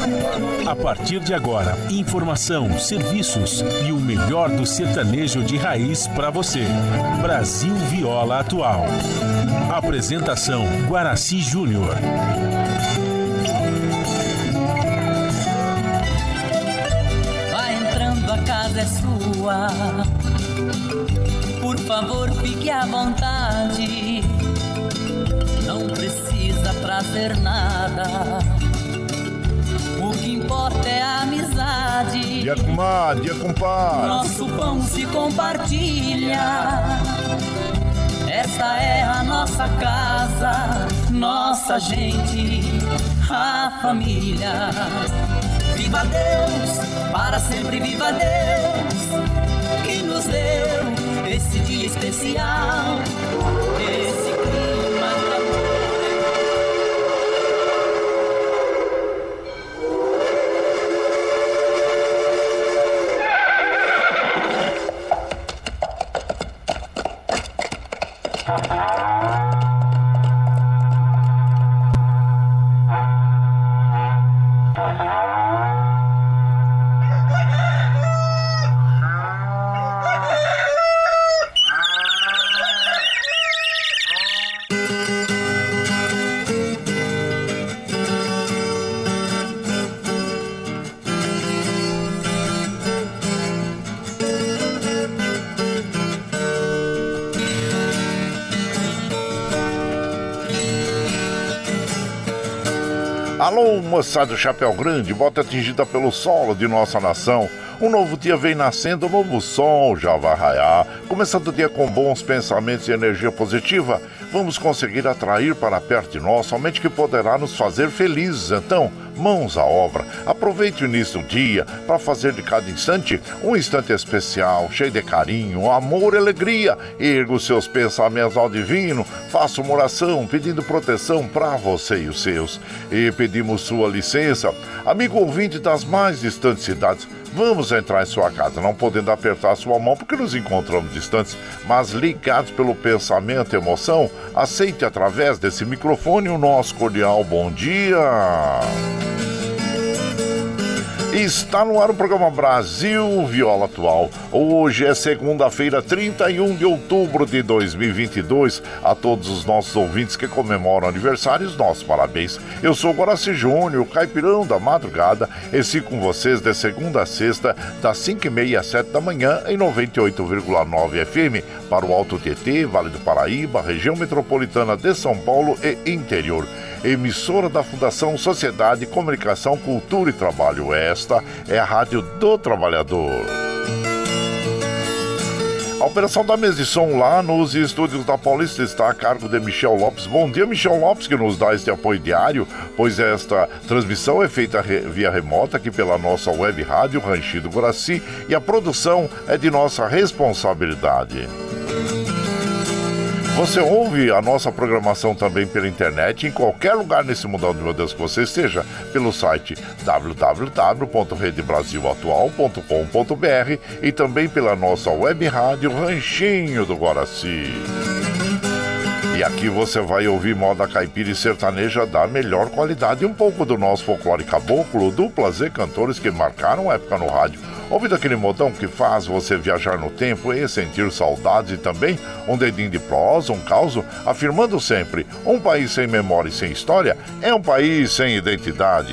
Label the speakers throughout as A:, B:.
A: A partir de agora, informação, serviços e o melhor do sertanejo de raiz para você. Brasil Viola Atual. Apresentação: Guaraci Júnior.
B: Vai entrando, a casa é sua. Por favor, fique à vontade. Não precisa trazer nada. O que importa é a amizade.
C: Dia comadre, dia compadre.
B: Nosso pão se compartilha. Esta é a nossa casa, nossa gente, a família. Viva Deus, para sempre viva Deus, que nos deu esse dia especial, esse clima de amor.
C: Alô, moçada do Chapéu Grande, bota atingida pelo solo de nossa nação. Um novo dia vem nascendo, um novo sol já vai raiar. Começando o dia com bons pensamentos e energia positiva, vamos conseguir atrair para perto de nós somente que poderá nos fazer felizes. Então, mãos à obra. Aproveite o início do dia para fazer de cada instante um instante especial, cheio de carinho, amor e alegria. Erga os seus pensamentos ao divino, faça uma oração pedindo proteção para você e os seus. E pedimos sua licença, amigo ouvinte das mais distantes cidades. Vamos entrar em sua casa, não podendo apertar sua mão porque nos encontramos distantes, mas ligados pelo pensamento e emoção. Aceite através desse microfone o nosso cordial bom dia. Está no ar o programa Brasil Viola Atual. Hoje é segunda-feira, 31 de outubro de 2022. A todos os nossos ouvintes que comemoram aniversários, nossos parabéns. Eu sou Guaraci Júnior, o caipirão da madrugada, e sigo com vocês de segunda a sexta, das 5h30 às 7 da manhã, em 98,9 FM, para o Alto Tietê, Vale do Paraíba, região metropolitana de São Paulo e interior. Emissora da Fundação Sociedade, Comunicação, Cultura e Trabalho. Esta é a Rádio do Trabalhador. A operação da mesa de som lá nos estúdios da Paulista está a cargo de Michel Lopes. Bom dia, Michel Lopes, que nos dá este apoio diário, pois esta transmissão é feita via remota aqui pela nossa web rádio Ranchinho do Guaraci e a produção é de nossa responsabilidade. Você ouve a nossa programação também pela internet, em qualquer lugar nesse mundão de meu Deus que você esteja, pelo site www.redebrasilatual.com.br e também pela nossa web rádio Ranchinho do Guaraci. E aqui você vai ouvir moda caipira e sertaneja da melhor qualidade e um pouco do nosso folclore caboclo, duplas e cantores que marcaram a época no rádio. Ouvindo aquele modão que faz você viajar no tempo e sentir saudades, e também um dedinho de prosa, um causo, afirmando sempre: um país sem memória e sem história é um país sem identidade.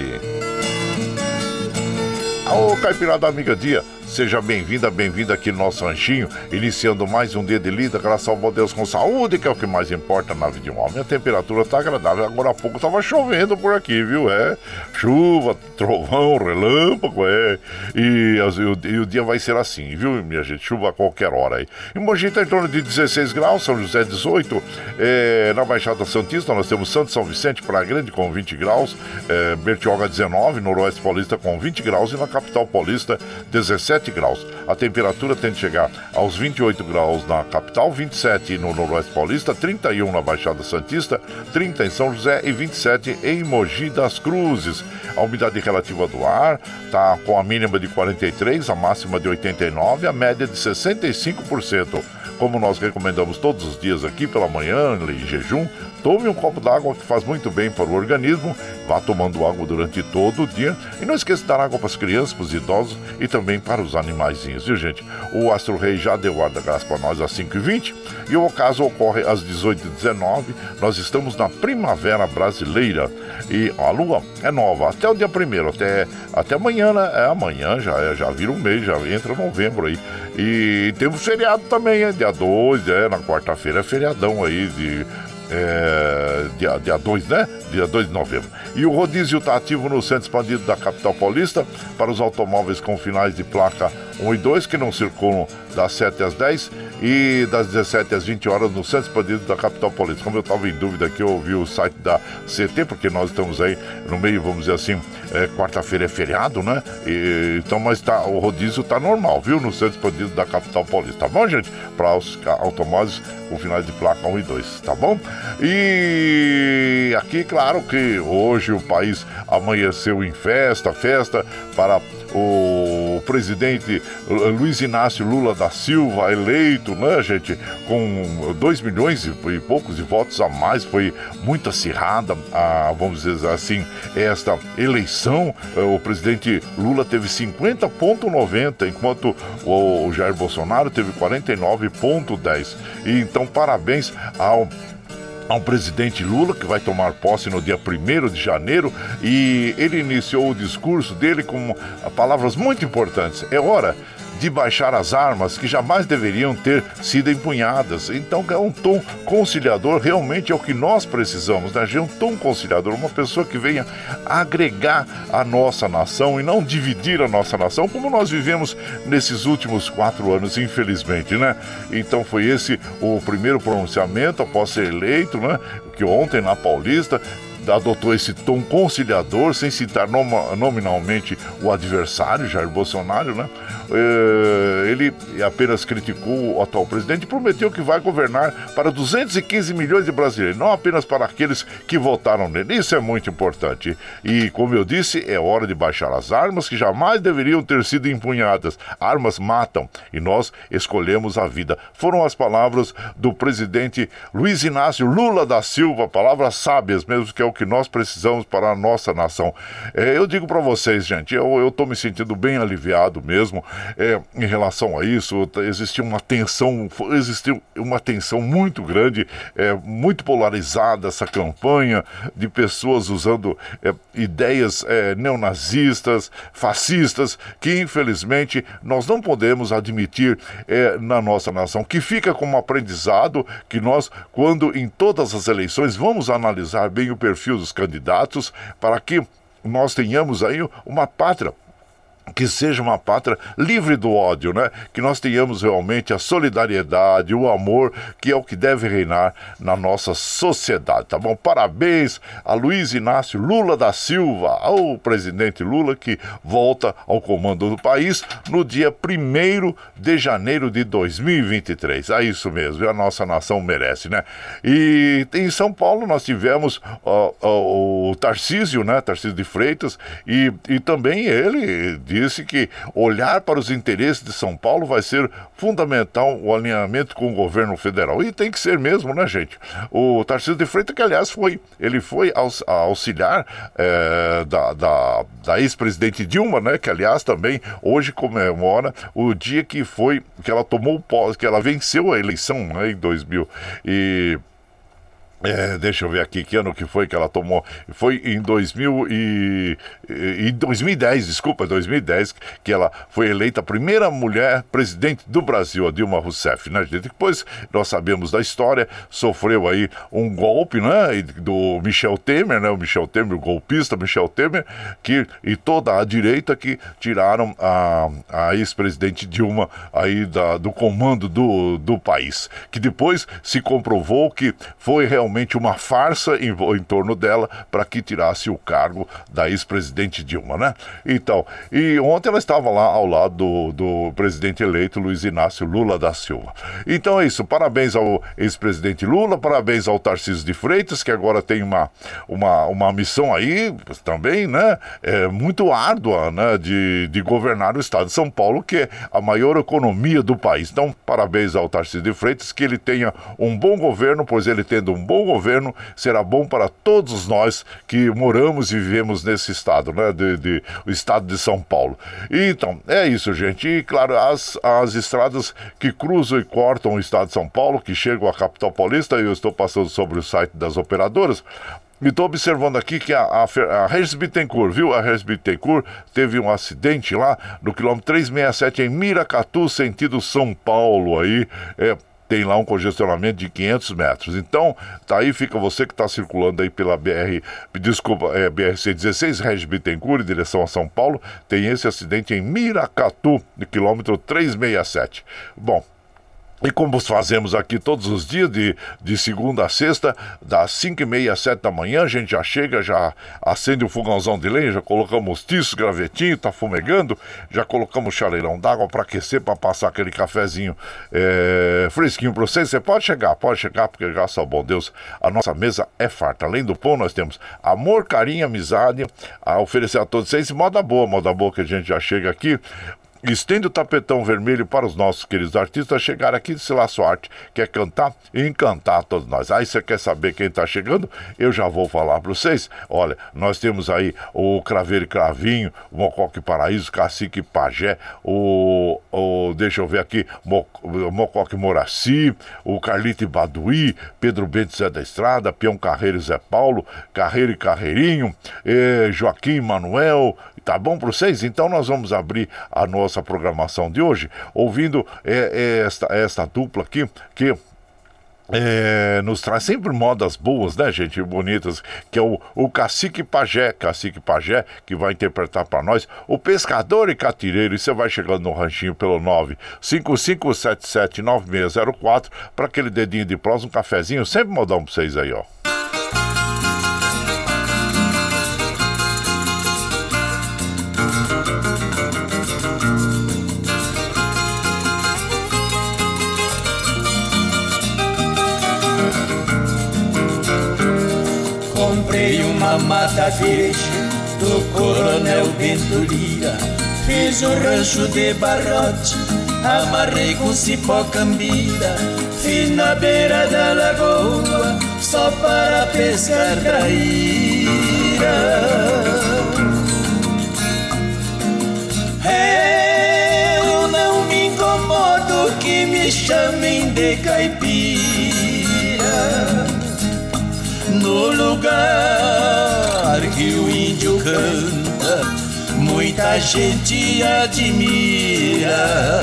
C: Ô caipirada amiga dia, seja bem-vinda, bem-vinda aqui no nosso ranchinho, iniciando mais um dia de lida, graças ao bom Deus com saúde, que é o que mais importa na vida de um homem. A temperatura tá agradável, agora há pouco tava chovendo por aqui, viu? Chuva, trovão, relâmpago, e o dia vai ser assim, viu, minha gente? Chuva a qualquer hora aí. Em Mogi tá em torno de 16 graus, São José 18, na Baixada Santista nós temos Santo São Vicente, Praia Grande com 20 graus, Bertioga 19, Noroeste Paulista com 20 graus e na capital paulista 17 graus. A temperatura tende a chegar aos 28 graus na capital, 27 no Noroeste Paulista, 31 na Baixada Santista, 30 em São José e 27 em Mogi das Cruzes. A umidade relativa do ar está com a mínima de 43, a máxima de 89, a média de 65%. Como nós recomendamos todos os dias aqui pela manhã, em jejum, Tome um copo d'água que faz muito bem para o organismo. Vá tomando água durante todo o dia. E não esqueça de dar água para as crianças, para os idosos e também para os animaizinhos, viu, gente? O Astro Rei já deu ar da graça para nós às 5h20 e o ocaso ocorre às 18h19. Nós estamos na primavera brasileira e a lua é nova até o dia 1º, até amanhã, né? Amanhã já vira um mês, já entra novembro aí. E temos feriado também, dia 2, na quarta-feira é feriadão aí dia 2, né? Dia 2 de novembro. E o rodízio está ativo no centro expandido da capital paulista para os automóveis com finais de placa 1 e 2 que não circulam das 7 às 10 e das 17 às 20 horas no centro expandido da capital paulista. Como eu estava em dúvida aqui, eu ouvi o site da CT, porque nós estamos aí no meio, vamos dizer assim, quarta-feira é feriado, né? Então, mas o rodízio está normal, viu? No centro expandido da capital paulista, tá bom, gente? Para os automóveis com finais de placa 1 e 2, tá bom? E aqui, claro que hoje o país amanheceu em festa para o presidente Luiz Inácio Lula da Silva, eleito, né, gente, com 2 milhões e poucos de votos a mais. Foi muito acirrada, vamos dizer assim, esta eleição. O presidente Lula teve 50,90, enquanto o Jair Bolsonaro teve 49,10. E então, parabéns ao presidente Lula, que vai tomar posse no dia 1º de janeiro, e ele iniciou o discurso dele com palavras muito importantes. É hora de baixar as armas que jamais deveriam ter sido empunhadas. Então é um tom conciliador, realmente é o que nós precisamos, né? Um tom conciliador, uma pessoa que venha agregar a nossa nação e não dividir a nossa nação, como nós vivemos nesses últimos 4 anos, infelizmente, né? Então foi esse o primeiro pronunciamento após ser eleito, né? Que ontem na Paulista adotou esse tom conciliador, sem citar nominalmente o adversário, Jair Bolsonaro, né? Ele apenas criticou o atual presidente e prometeu que vai governar para 215 milhões de brasileiros, não apenas para aqueles que votaram nele. Isso é muito importante. E, como eu disse, é hora de baixar as armas que jamais deveriam ter sido empunhadas. Armas matam e nós escolhemos a vida. Foram as palavras do presidente Luiz Inácio Lula da Silva, palavras sábias mesmo, que é o que nós precisamos para a nossa nação. Eu digo para vocês, gente, eu estou me sentindo bem aliviado mesmo. Em relação a isso, existiu uma tensão muito grande, muito polarizada essa campanha de pessoas usando ideias neonazistas, fascistas, que infelizmente nós não podemos admitir na nossa nação, que fica como aprendizado que nós, quando em todas as eleições, vamos analisar bem o perfil dos candidatos para que nós tenhamos aí uma pátria que seja uma pátria livre do ódio, né? Que nós tenhamos realmente a solidariedade, o amor, que é o que deve reinar na nossa sociedade, tá bom? Parabéns a Luiz Inácio Lula da Silva, ao presidente Lula, que volta ao comando do país no dia 1º de janeiro de 2023. É isso mesmo, a nossa nação merece, né? E em São Paulo nós tivemos o Tarcísio, né? Tarcísio de Freitas, e também ele disse que olhar para os interesses de São Paulo vai ser fundamental o alinhamento com o governo federal. E tem que ser mesmo, né, gente? O Tarcísio de Freitas, que aliás foi auxiliar da ex-presidente Dilma, né? Que aliás também hoje comemora o dia que ela tomou posse, que ela venceu a eleição, né, em 2000 e... deixa eu ver aqui que ano que foi que ela tomou. Foi em 2010 que ela foi eleita a primeira mulher presidente do Brasil, a Dilma Rousseff, né, gente? Depois nós sabemos da história, sofreu aí um golpe, né, do Michel Temer, né, o golpista Michel Temer, e toda a direita que tiraram a ex-presidente Dilma aí do comando do país, que depois se comprovou que foi realmente uma farsa em torno dela para que tirasse o cargo da ex-presidente Dilma, né? Então, e ontem ela estava lá ao lado do presidente eleito Luiz Inácio Lula da Silva. Então é isso, parabéns ao ex-presidente Lula, parabéns ao Tarcísio de Freitas, que agora tem uma missão aí também, né? Muito árdua, né? De governar o estado de São Paulo, que é a maior economia do país. Então, parabéns ao Tarcísio de Freitas, que ele tenha um bom governo, pois ele tendo um bom bom governo, será bom para todos nós que moramos e vivemos nesse estado, né? O estado de São Paulo. Então, é isso, gente. E, claro, as estradas que cruzam e cortam o estado de São Paulo, que chegam à capital paulista, eu estou passando sobre o site das operadoras, e estou observando aqui que a Regis Bittencourt, viu? A Regis Bittencourt teve um acidente lá no quilômetro 367 em Miracatu, sentido São Paulo, aí, tem lá um congestionamento de 500 metros. Então, tá aí, fica você que está circulando aí pela BR-116, Regis Bittencourt, em direção a São Paulo, tem esse acidente em Miracatu, no quilômetro 367. Bom, e como fazemos aqui todos os dias, de segunda a sexta, das 5h30 às 7 da manhã, a gente já chega, já acende o fogãozão de lenha, já colocamos tiço, gravetinho, tá fumegando, já colocamos chaleirão d'água para aquecer, para passar aquele cafezinho fresquinho para vocês. Você pode chegar, porque graças ao bom Deus, a nossa mesa é farta. Além do pão, nós temos amor, carinho, amizade, a oferecer a todos vocês, moda boa que a gente já chega aqui. Estende o tapetão vermelho para os nossos queridos artistas chegar aqui de lá sua arte, quer cantar e encantar todos nós. Aí você quer saber quem está chegando? Eu já vou falar para vocês. Olha, nós temos aí o Craveiro e Cravinho, o Mocoque Paraíso, Cacique Pajé, deixa eu ver aqui, Mocoque Moraci, o Carlito e Baduí, Pedro Bento Zé da Estrada, Peão Carreiro e Zé Paulo, Carreiro e Carreirinho, Joaquim Manuel. Tá bom para vocês? Então nós vamos abrir a nossa programação de hoje ouvindo esta dupla aqui que nos traz sempre modas boas, né, gente, bonitas, que é o Cacique Pajé, que vai interpretar para nós o Pescador e Catireiro. E você vai chegando no ranchinho pelo 955779604 para aquele dedinho de prosa, um cafezinho, sempre modão para vocês aí, ó.
D: Comprei uma mata verde do Coronel Bento Lira, fiz um rancho de barrote, amarrei com cipó cambira, fiz na beira da lagoa, só para pescar traíra. Eu não me incomodo que me chamem de caipira, no lugar que o índio canta, muita gente admira.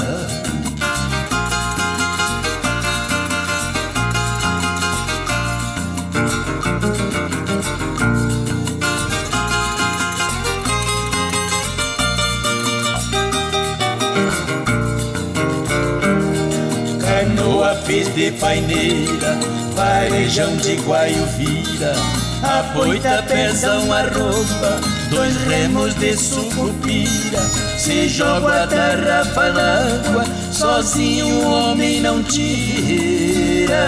D: Canoa fiz de paineira, varejão de guaiuvira, a boita, pezão, arroba, 2 remos de sucupira. Se joga a tarrafa na água, sozinho o homem não tira.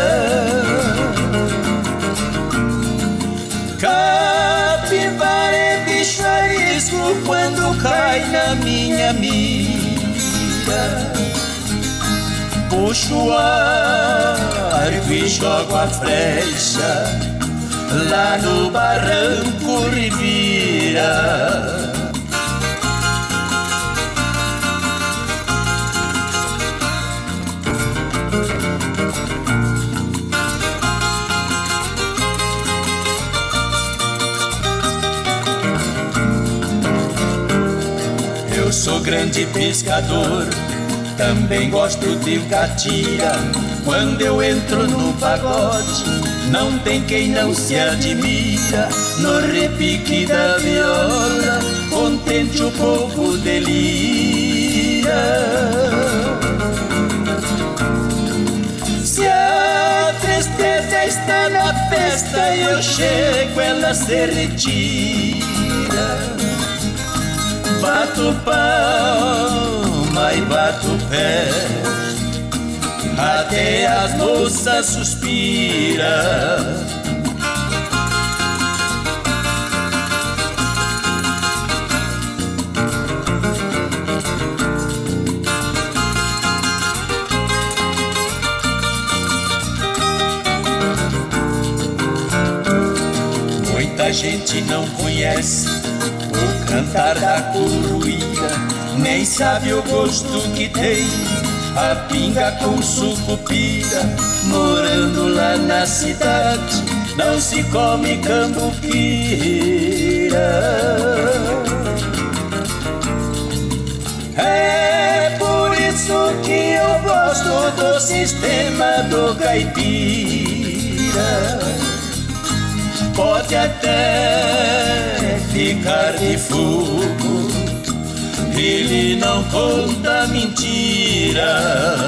D: Capivara é bicho arisco quando cai na minha mira. Puxo o arco e jogo a flecha, lá no barranco revira. Eu sou grande pescador, também gosto de catira. Quando eu entro no pagode, não tem quem não se admira. No repique da viola, contente o povo delira. Se a tristeza está na festa e eu chego, ela se retira. Bato palma e bato pé, até as moças suspiram. gente não conhece o cantar da curruíra, nem sabe o gosto que tem a pinga com sucupira. Morando lá na cidade não se come cambuquira. É por isso que eu gosto do sistema do caipira. Pode até ficar de fogo, ele não conta mentira.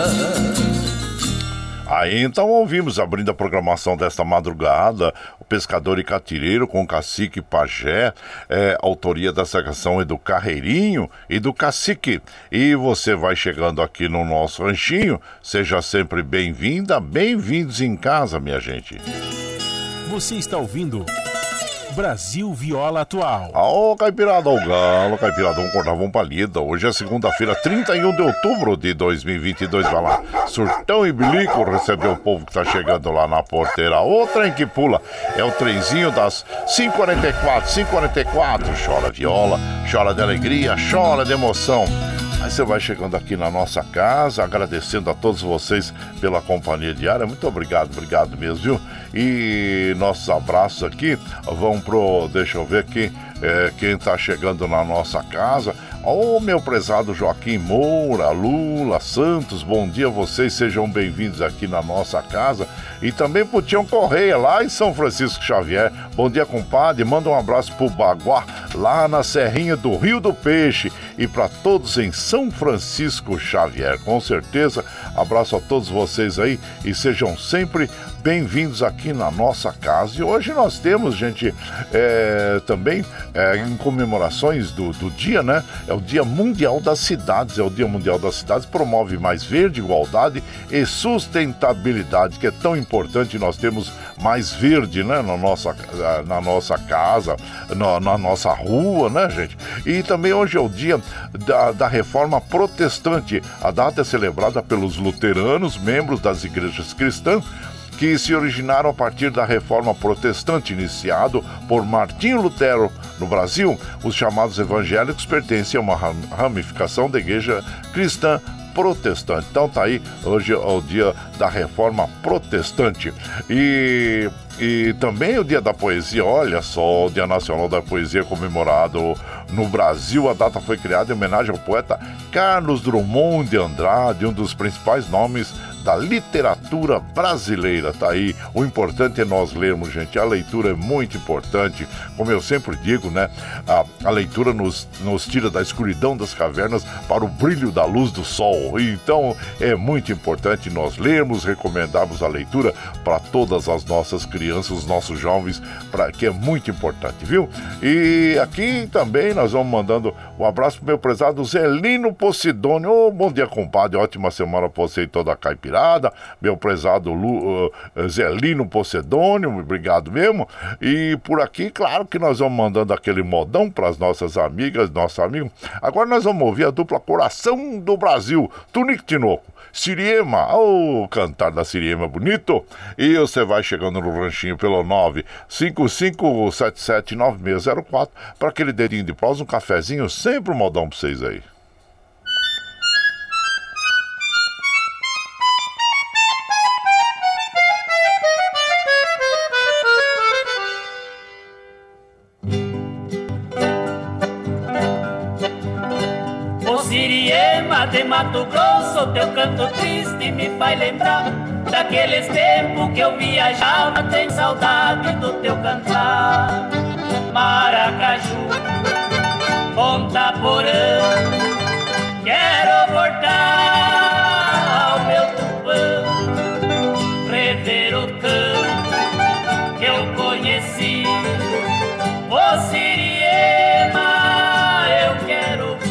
C: Aí então ouvimos, abrindo a programação desta madrugada, o Pescador e Catireiro com Cacique Pajé, autoria dessa canção é do Carreirinho e do Cacique. E você vai chegando aqui no nosso ranchinho, seja sempre bem-vinda, bem-vindos em casa, minha gente.
A: Você está ouvindo Brasil Viola Atual.
C: Ô, Caipirada, o galo, Caipirada, vamos cortar, vamos pra lida. Hoje é segunda-feira, 31 de outubro de 2022. Vai lá, surtão e bilico, receber o povo que tá chegando lá na porteira. O trem que pula é o trenzinho das 5h44, 5h44. Chora viola, chora de alegria, chora de emoção. Aí você vai chegando aqui na nossa casa, agradecendo a todos vocês pela companhia diária. Muito obrigado, obrigado mesmo, viu? E nossos abraços aqui vão pro... Deixa eu ver aqui quem tá chegando na nossa casa. Ô, meu prezado Joaquim Moura, Lula, Santos, bom dia a vocês, sejam bem-vindos aqui na nossa casa. E também pro Tião Correia, lá em São Francisco Xavier. Bom dia, compadre, manda um abraço pro Baguá, lá na Serrinha do Rio do Peixe. E para todos em São Francisco Xavier, com certeza, abraço a todos vocês aí e sejam sempre bem-vindos aqui na nossa casa. E hoje nós temos, gente, também em comemorações do dia, né? É o Dia Mundial das Cidades. É o Dia Mundial das Cidades, promove mais verde, igualdade e sustentabilidade, que é tão importante nós termos mais verde, né? Na nossa casa, na nossa rua, né, gente? E também hoje é o dia da Reforma Protestante. A data é celebrada pelos luteranos, membros das igrejas cristãs, que se originaram a partir da Reforma Protestante, iniciado por Martinho Lutero no Brasil. Os chamados evangélicos pertencem a uma ramificação da igreja cristã protestante. Então tá aí, hoje é o dia da Reforma Protestante. E também o dia da poesia, olha só, o Dia Nacional da Poesia comemorado no Brasil. A data foi criada em homenagem ao poeta Carlos Drummond de Andrade, um dos principais nomes da literatura brasileira. Tá aí, o importante é nós lermos, gente. A leitura é muito importante, como eu sempre digo, né? A leitura nos tira da escuridão das cavernas para o brilho da luz do sol. Então é muito importante nós lermos, recomendarmos a leitura para todas as nossas crianças, os nossos jovens, que é muito importante, viu? E aqui também nós vamos mandando um abraço pro meu prezado Zelino Posidônio. Oh, bom dia, compadre, ótima semana pra você e toda a caipirada. Meu prezado Zelino Posidônio, obrigado mesmo. E por aqui, claro que nós vamos mandando aquele modão para as nossas amigas, nossos amigos. Agora nós vamos ouvir a dupla Coração do Brasil, Tunico Tinoco, Siriema, o cantar da Siriema bonito. E você vai chegando no ranchinho pelo 955779604 para aquele dedinho de prosa, um cafezinho, sempre um modão para vocês aí.
B: De Mato Grosso, teu canto triste me faz lembrar daqueles tempos que eu viajava. Tenho saudade do teu cantar. Maracaju, Ponta Porã, quero voltar ao meu Tupã, rever o canto que eu conheci. Ô Siriema, eu quero ouvir.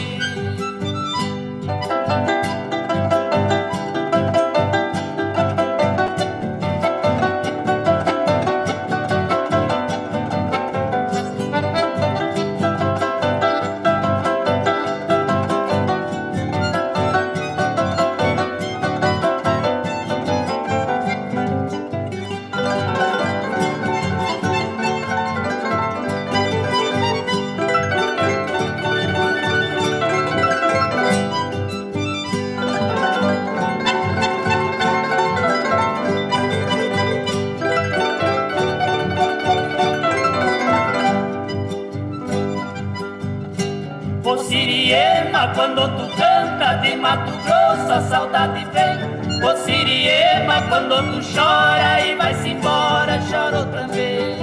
B: Ô Siriema, quando tu canta de Mato Grosso a saudade vem. Ô Siriema, quando tu chora e vai-se embora, chora outra vez.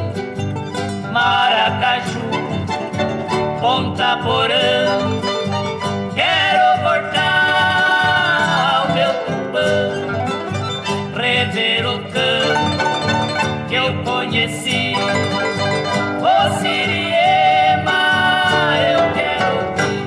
B: Maracaju, Ponta Porã, quero voltar ao meu Tupã, rever o campo que eu conheci. Ô Siriema, eu quero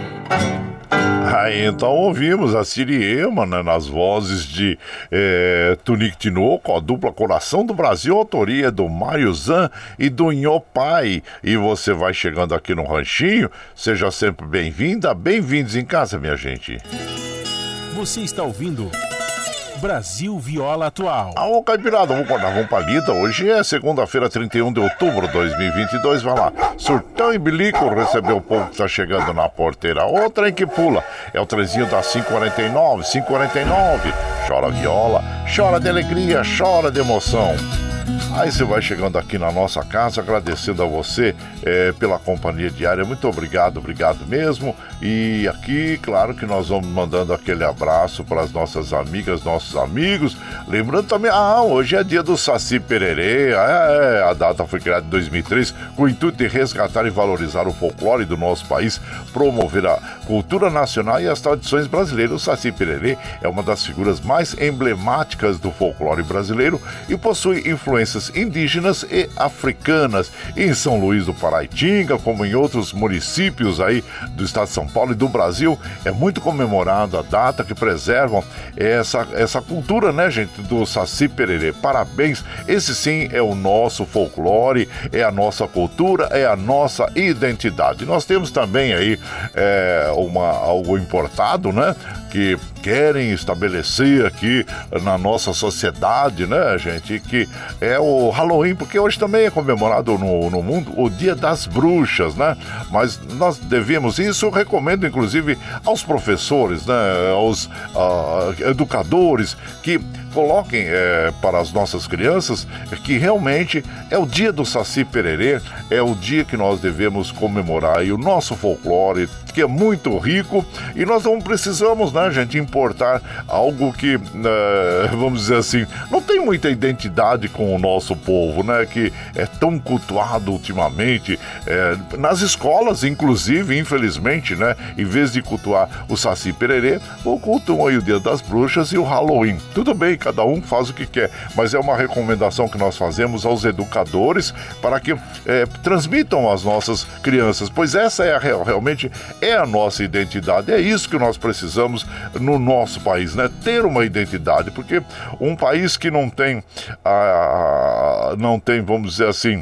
B: ouvir.
C: Aí então ouvimos a Siriema, né, nas vozes de Tunique Tinoco, a dupla Coração do Brasil, autoria do Mário Zan e do Nhopai. E você vai chegando aqui no Ranchinho, seja sempre bem-vinda, bem-vindos em casa, minha gente.
A: Você está ouvindo Brasil Viola Atual.
C: Ô Caipirada, vamos acordar com palida. Hoje é segunda-feira, 31 de outubro de 2022. Vai lá, Surtão e Bilico recebeu o povo que tá chegando na porteira. O trem que pula é o trezinho das 5h49, 5h49. Chora viola, chora de alegria, chora de emoção. Aí você vai chegando aqui na nossa casa, agradecendo a você pela companhia diária. Muito obrigado, obrigado mesmo. E aqui, claro que nós vamos mandando aquele abraço para as nossas amigas, nossos amigos. Lembrando também, hoje é dia do Saci Pererê. A data foi criada em 2003 com o intuito de resgatar e valorizar o folclore do nosso país, promover a cultura nacional e as tradições brasileiras. O Saci Pererê é uma das figuras mais emblemáticas do folclore brasileiro e possui influências indígenas e africanas. Em São Luís do Paraitinga, como em outros municípios aí do estado de São Paulo e do Brasil, é muito comemorada a data que preservam essa cultura, né, gente, do Saci Pererê. Parabéns, esse sim é o nosso folclore, é a nossa cultura, é a nossa identidade. Nós temos também aí algo importado, né, que querem estabelecer aqui na nossa sociedade, né, gente, que é o Halloween, porque hoje também é comemorado no mundo o Dia das Bruxas, né, mas nós devemos, isso recomendo inclusive aos professores, né, aos educadores, que coloquem para as nossas crianças que realmente é o dia do Saci Pererê, é o dia que nós devemos comemorar e o nosso folclore, que é muito rico, e nós não precisamos, né, gente, importar algo que, vamos dizer assim, não tem muita identidade com o nosso povo, né, que é tão cultuado ultimamente, nas escolas, inclusive, infelizmente, né, em vez de cultuar o Saci Pererê, cultuam aí o Dia das Bruxas e o Halloween. Tudo bem, cada um faz o que quer, mas é uma recomendação que nós fazemos aos educadores para que transmitam às nossas crianças, pois essa realmente é a nossa identidade, é isso que nós precisamos no nosso país, né? Ter uma identidade, porque um país que não tem, vamos dizer assim,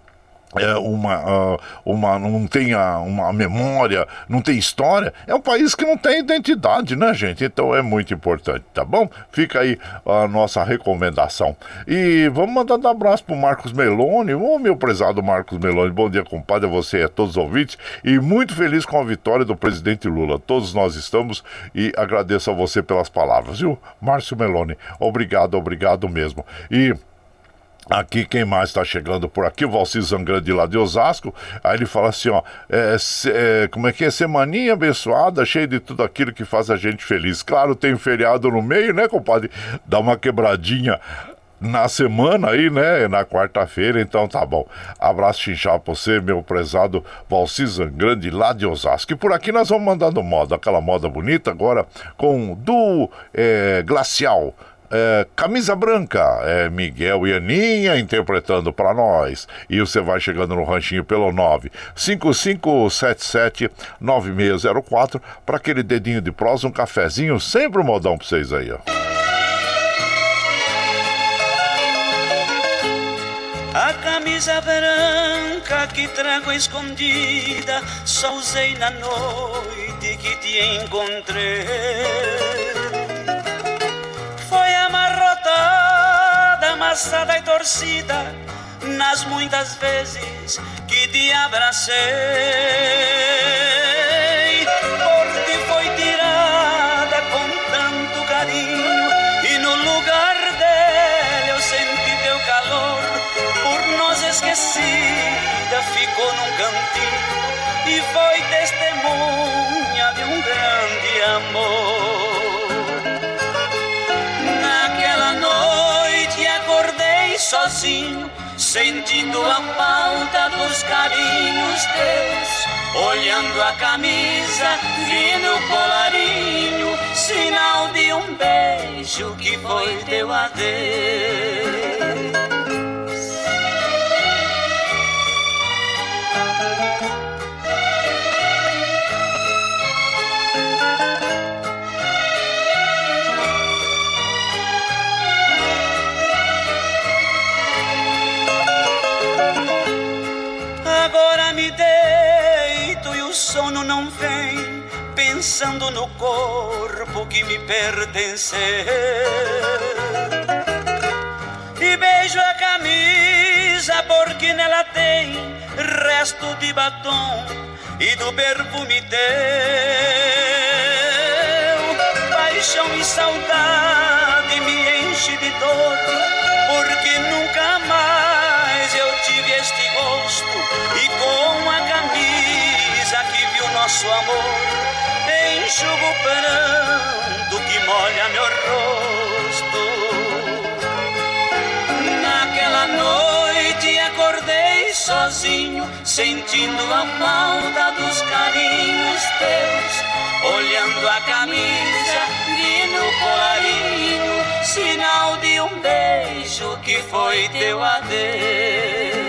C: não tem uma memória, não tem história, é um país que não tem identidade, né, gente? Então é muito importante, tá bom? Fica aí a nossa recomendação. E vamos mandando um abraço pro Marcos Meloni, meu prezado Marcos Meloni, bom dia, compadre, a você e a todos os ouvintes, e muito feliz com a vitória do presidente Lula, todos nós estamos, e agradeço a você pelas palavras, viu? Márcio Meloni, obrigado mesmo. E aqui, quem mais está chegando por aqui? O Valci Zangrande lá de Osasco. Aí ele fala assim, como é que é? Semaninha abençoada, cheia de tudo aquilo que faz a gente feliz. Claro, tem feriado no meio, né, compadre? Dá uma quebradinha na semana aí, né, na quarta-feira, então tá bom. Abraço chinchado pra você, meu prezado Valci Zangrande lá de Osasco. E por aqui nós vamos mandando moda, aquela moda bonita agora com do Glacial. Camisa Branca, Miguel e Aninha interpretando para nós. E você vai chegando no ranchinho pelo 955779604 para aquele dedinho de prosa, um cafezinho, sempre um modão pra vocês aí, ó.
E: A camisa branca que trago escondida só usei na noite que te encontrei. Foi amarrotada, amassada e torcida nas muitas vezes que te abracei. Por ti foi tirada com tanto carinho e no lugar dela eu senti teu calor. Por nós esquecida ficou num cantinho e foi testemunha sentindo a falta dos carinhos teus, olhando a camisa, vi no colarinho, sinal de um beijo que foi teu adeus. Agora me deito e o sono não vem, pensando no corpo que me pertenceu. E beijo a camisa porque nela tem resto de batom e do perfume teu. Paixão e saudade me enche de dor, porque nunca mais eu tive este gosto. E com a camisa que viu nosso amor, enxugo o pranto que molha meu rosto. Naquela noite acordei sozinho, sentindo a falta dos carinhos teus, olhando a camisa, vi no colarinho, sinal de um beijo que foi teu adeus.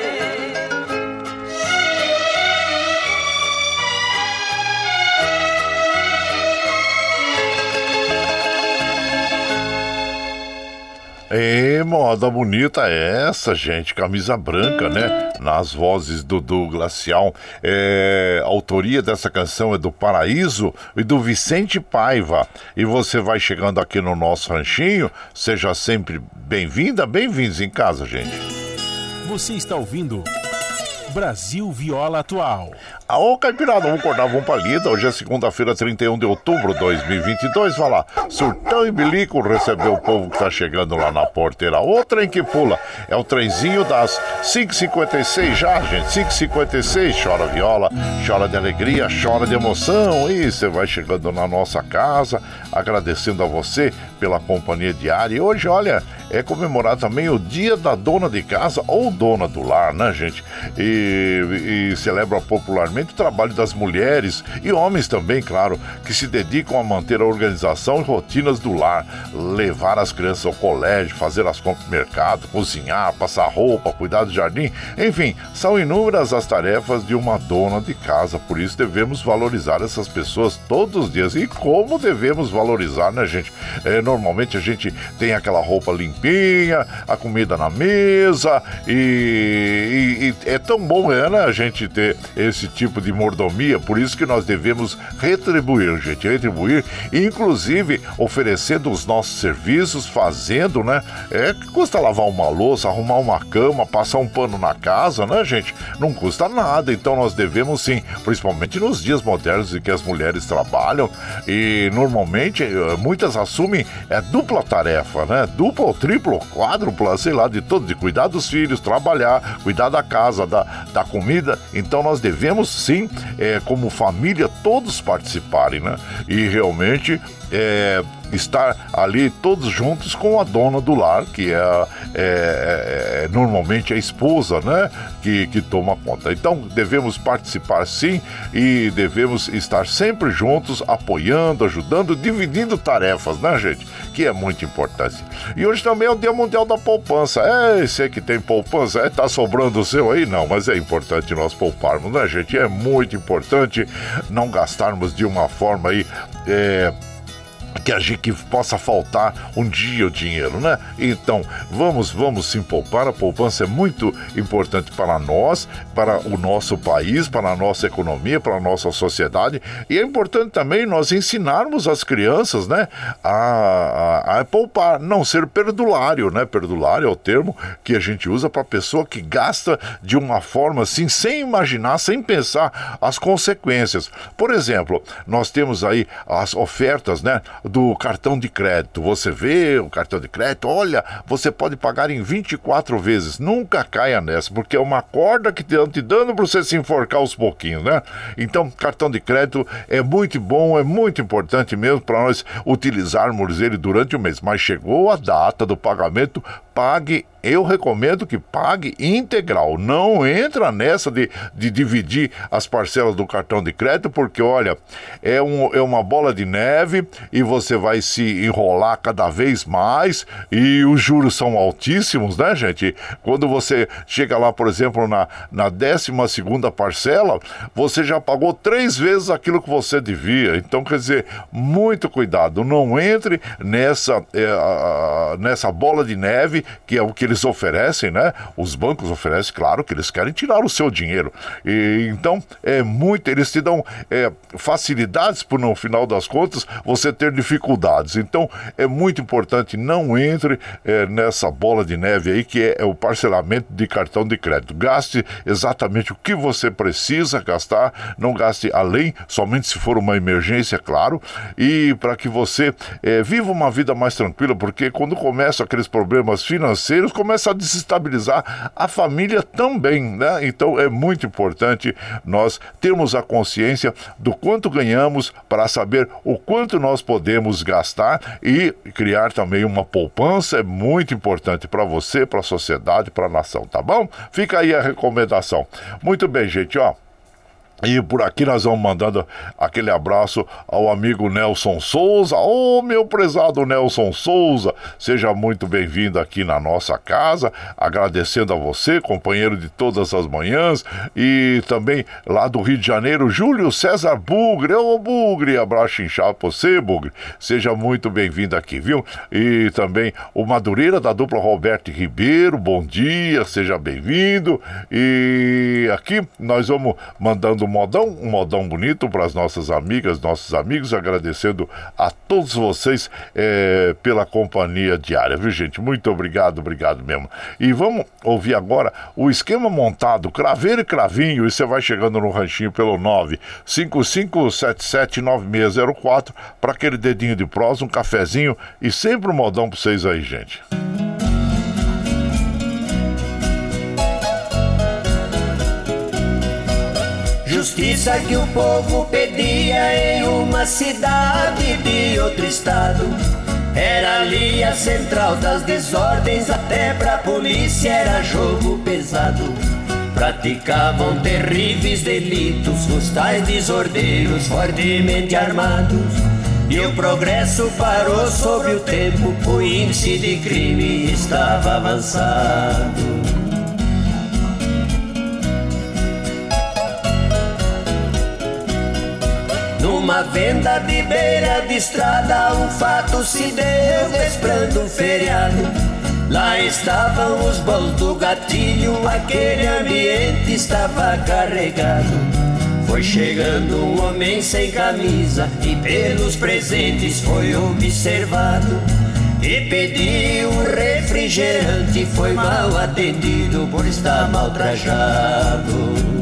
C: Moda bonita essa, gente. Camisa branca, né? Nas vozes do Glacial. A autoria dessa canção é do Paraíso e do Vicente Paiva. E você vai chegando aqui no nosso ranchinho. Seja sempre bem-vinda, bem-vindos em casa, gente.
A: Você está ouvindo Brasil Viola Atual.
C: Ô, Caipirada, vamos acordar, vamos pra lida. Hoje é segunda-feira, 31 de outubro de 2022. Vai lá, Surtão e Bilico recebeu o povo que tá chegando lá na porteira. O trem que pula é o trenzinho das 5h56 já, gente. 5h56, chora viola, chora de alegria, chora de emoção. E você vai chegando na nossa casa, agradecendo a você pela companhia diária. E hoje, olha, é comemorado também o dia da dona de casa ou dona do lar, né, gente? E celebra popularmente o trabalho das mulheres e homens também, claro, que se dedicam a manter a organização e rotinas do lar, levar as crianças ao colégio, fazer as compras do mercado, cozinhar, passar roupa, cuidar do jardim, enfim, são inúmeras as tarefas de uma dona de casa. Por isso devemos valorizar essas pessoas todos os dias. E como devemos valorizar, né, gente? Normalmente a gente tem aquela roupa limpinha, a comida na mesa e é tão bom, né, a gente ter esse tipo de mordomia. Por isso que nós devemos retribuir, gente, inclusive oferecendo os nossos serviços, fazendo, né, que custa lavar uma louça, arrumar uma cama, passar um pano na casa, né, gente, não custa nada. Então nós devemos sim, principalmente nos dias modernos em que as mulheres trabalham e normalmente muitas assumem dupla tarefa, né, dupla ou tripla ou quádrupla, sei lá, de cuidar dos filhos, trabalhar, cuidar da casa, da comida. Então nós devemos sim, como família, todos participarem, né? E realmente estar ali todos juntos com a dona do lar, que é normalmente a esposa, né? Que toma conta. Então devemos participar sim e devemos estar sempre juntos, apoiando, ajudando, dividindo tarefas, né, gente? Que é muito importante. E hoje também é o Dia Mundial da Poupança. Você que tem poupança, tá sobrando o seu aí? Não, mas é importante nós pouparmos, né, gente? É muito importante não gastarmos de uma forma aí que possa faltar um dia o dinheiro, né? Então, vamos sim poupar. A poupança é muito importante para nós, para o nosso país, para a nossa economia, para a nossa sociedade. E é importante também nós ensinarmos as crianças, né, a poupar, não ser perdulário, né? Perdulário é o termo que a gente usa para a pessoa que gasta de uma forma assim, sem imaginar, sem pensar as consequências. Por exemplo, nós temos aí as ofertas, né, do cartão de crédito. Você vê o cartão de crédito, olha, você pode pagar em 24 vezes. Nunca caia nessa, porque é uma corda que estão te dando para você se enforcar aos pouquinhos, né? Então, cartão de crédito é muito bom, é muito importante mesmo para nós utilizarmos ele durante o mês. Mas chegou a data do pagamento, pague. Eu recomendo que pague integral. Não entra nessa de dividir as parcelas do cartão de crédito, porque, olha, é uma bola de neve e você vai se enrolar cada vez mais e os juros são altíssimos, né, gente? Quando você chega lá, por exemplo, na 12ª parcela, você já pagou 3 vezes aquilo que você devia. Então, quer dizer, muito cuidado. Não entre nessa bola de neve, que é o que eles oferecem, né? Os bancos oferecem, claro, que eles querem tirar o seu dinheiro. E, então, eles te dão facilidades por, no final das contas, você ter dificuldades. Então, é muito importante, não entre nessa bola de neve aí, que é o parcelamento de cartão de crédito. Gaste exatamente o que você precisa gastar, não gaste além, somente se for uma emergência, claro, e para que você viva uma vida mais tranquila, porque quando começam aqueles problemas financeiros, começa a desestabilizar a família também, né? Então é muito importante nós termos a consciência do quanto ganhamos para saber o quanto nós podemos gastar e criar também uma poupança. É muito importante para você, para a sociedade, para a nação, tá bom? Fica aí a recomendação. Muito bem, gente, ó. E por aqui nós vamos mandando aquele abraço ao amigo Nelson Souza. Ô, meu prezado Nelson Souza, seja muito bem-vindo aqui na nossa casa, agradecendo a você, companheiro de todas as manhãs, e também lá do Rio de Janeiro, Júlio César Bugre. Ô, Bugre, abraço inchado pra você, Bugre, seja muito bem-vindo aqui, viu? E também o Madureira da dupla Roberto Ribeiro, bom dia, seja bem-vindo. E aqui nós vamos mandando um modão bonito para as nossas amigas, nossos amigos, agradecendo a todos vocês pela companhia diária, viu, gente? Muito obrigado mesmo. E vamos ouvir agora o esquema montado, Craveiro e Cravinho, e você vai chegando no ranchinho pelo 955779604 para aquele dedinho de prosa, um cafezinho e sempre um modão para vocês aí, gente.
F: Justiça que o povo pedia em uma cidade de outro estado. Era ali a central das desordens, até pra polícia era jogo pesado. Praticavam terríveis delitos os tais desordeiros fortemente armados. E o progresso parou sobre o tempo, o índice de crime estava avançado. Numa venda de beira de estrada, um fato se deu, desprando um feriado. Lá estavam os bons do gatilho, aquele ambiente estava carregado. Foi chegando um homem sem camisa e pelos presentes foi observado. E pediu um refrigerante, foi mal atendido por estar mal trajado.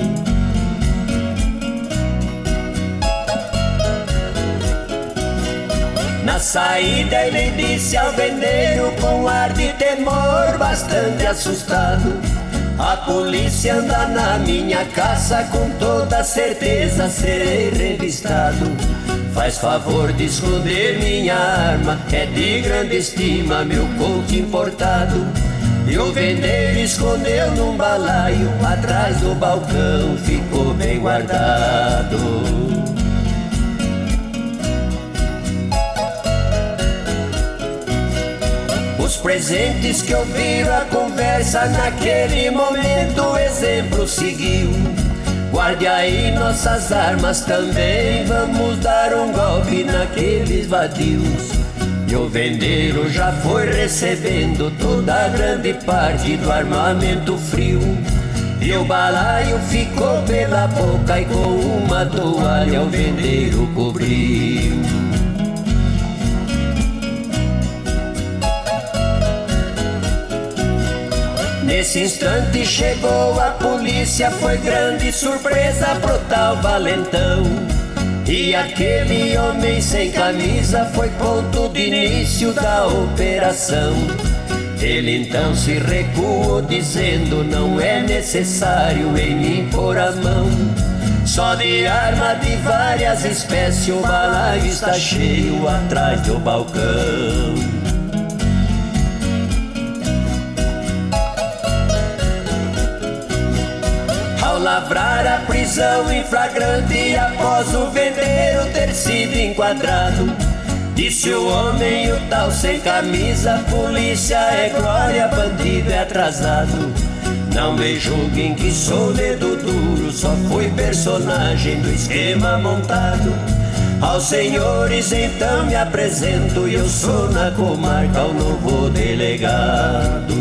F: Na saída ele disse ao vendeiro com ar de temor, bastante assustado: a polícia anda na minha caça, com toda certeza serei revistado. Faz favor de esconder minha arma, é de grande estima meu couro importado. E o vendeiro escondeu num balaio, atrás do balcão ficou bem guardado. Os presentes que ouviram a conversa naquele momento, o exemplo seguiu: guarde aí nossas armas também, vamos dar um golpe naqueles vadios. E o vendeiro já foi recebendo toda a grande parte do armamento frio. E o balaio ficou pela boca e com uma toalha o vendeiro cobriu. Nesse instante chegou a polícia, foi grande surpresa pro tal valentão. E aquele homem sem camisa foi ponto de início da operação. Ele então se recuou dizendo: não é necessário em mim pôr a mão. Só de arma de várias espécies o balaio está cheio atrás do balcão. Ao lavrar a prisão em flagrante após o vendeiro ter sido enquadrado, disse o homem, o tal sem camisa: polícia é glória, bandido é atrasado. Não me julguem que sou dedo duro, só fui personagem do esquema montado. Aos senhores então me apresento, eu sou na comarca o novo delegado.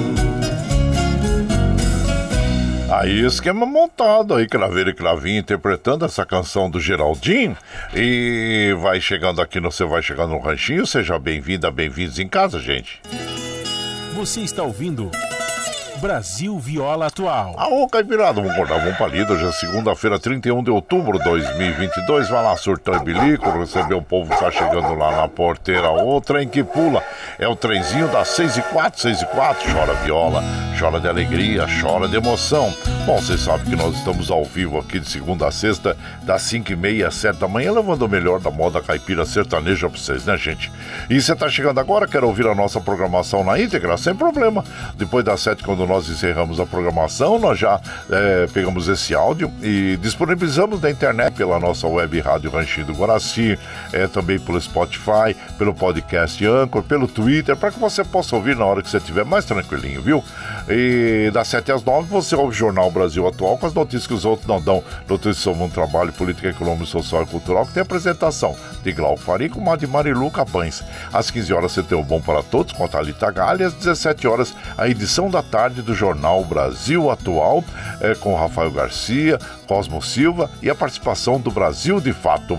C: Aí, esquema montado aí, Craveiro e Cravinho interpretando essa canção do Geraldinho. E vai chegando aqui, você vai chegando no ranchinho. Seja bem-vinda, bem-vindos em casa, gente.
A: Você está ouvindo Brasil Viola Atual.
C: Ô, Caipirada, vamos acordar, vamos palida. Hoje é segunda-feira, 31 de outubro de 2022. Vai lá, surtão e bilico, receber o povo que tá chegando lá na porteira. O trem que pula é o trenzinho das 6h04, 6h04. Chora viola, chora de alegria, chora de emoção. Bom, vocês sabem que nós estamos ao vivo aqui de segunda a sexta, das 5h30 às 7 da manhã, levando o melhor da moda caipira sertaneja pra vocês, né, gente? E você tá chegando agora, quer ouvir a nossa programação na íntegra? Sem problema. Depois das 7, quando nós encerramos a programação, nós já pegamos esse áudio e disponibilizamos na internet pela nossa web Rádio Ranchinho do Guaraci, também pelo Spotify, pelo podcast Anchor, pelo Twitter, para que você possa ouvir na hora que você estiver mais tranquilinho, viu? E das 7 às 9 você ouve o Jornal Brasil Atual com as notícias que os outros não dão. Notícias sobre um trabalho, política, econômica, social e cultural, que tem apresentação de Glauco Faria com a de Marilu Capães. Às 15 horas você tem o Bom para Todos com a Thalita Galha. Às 17 horas a edição da tarde do Jornal Brasil Atual com Rafael Garcia, Cosmo Silva e a participação do Brasil de Fato.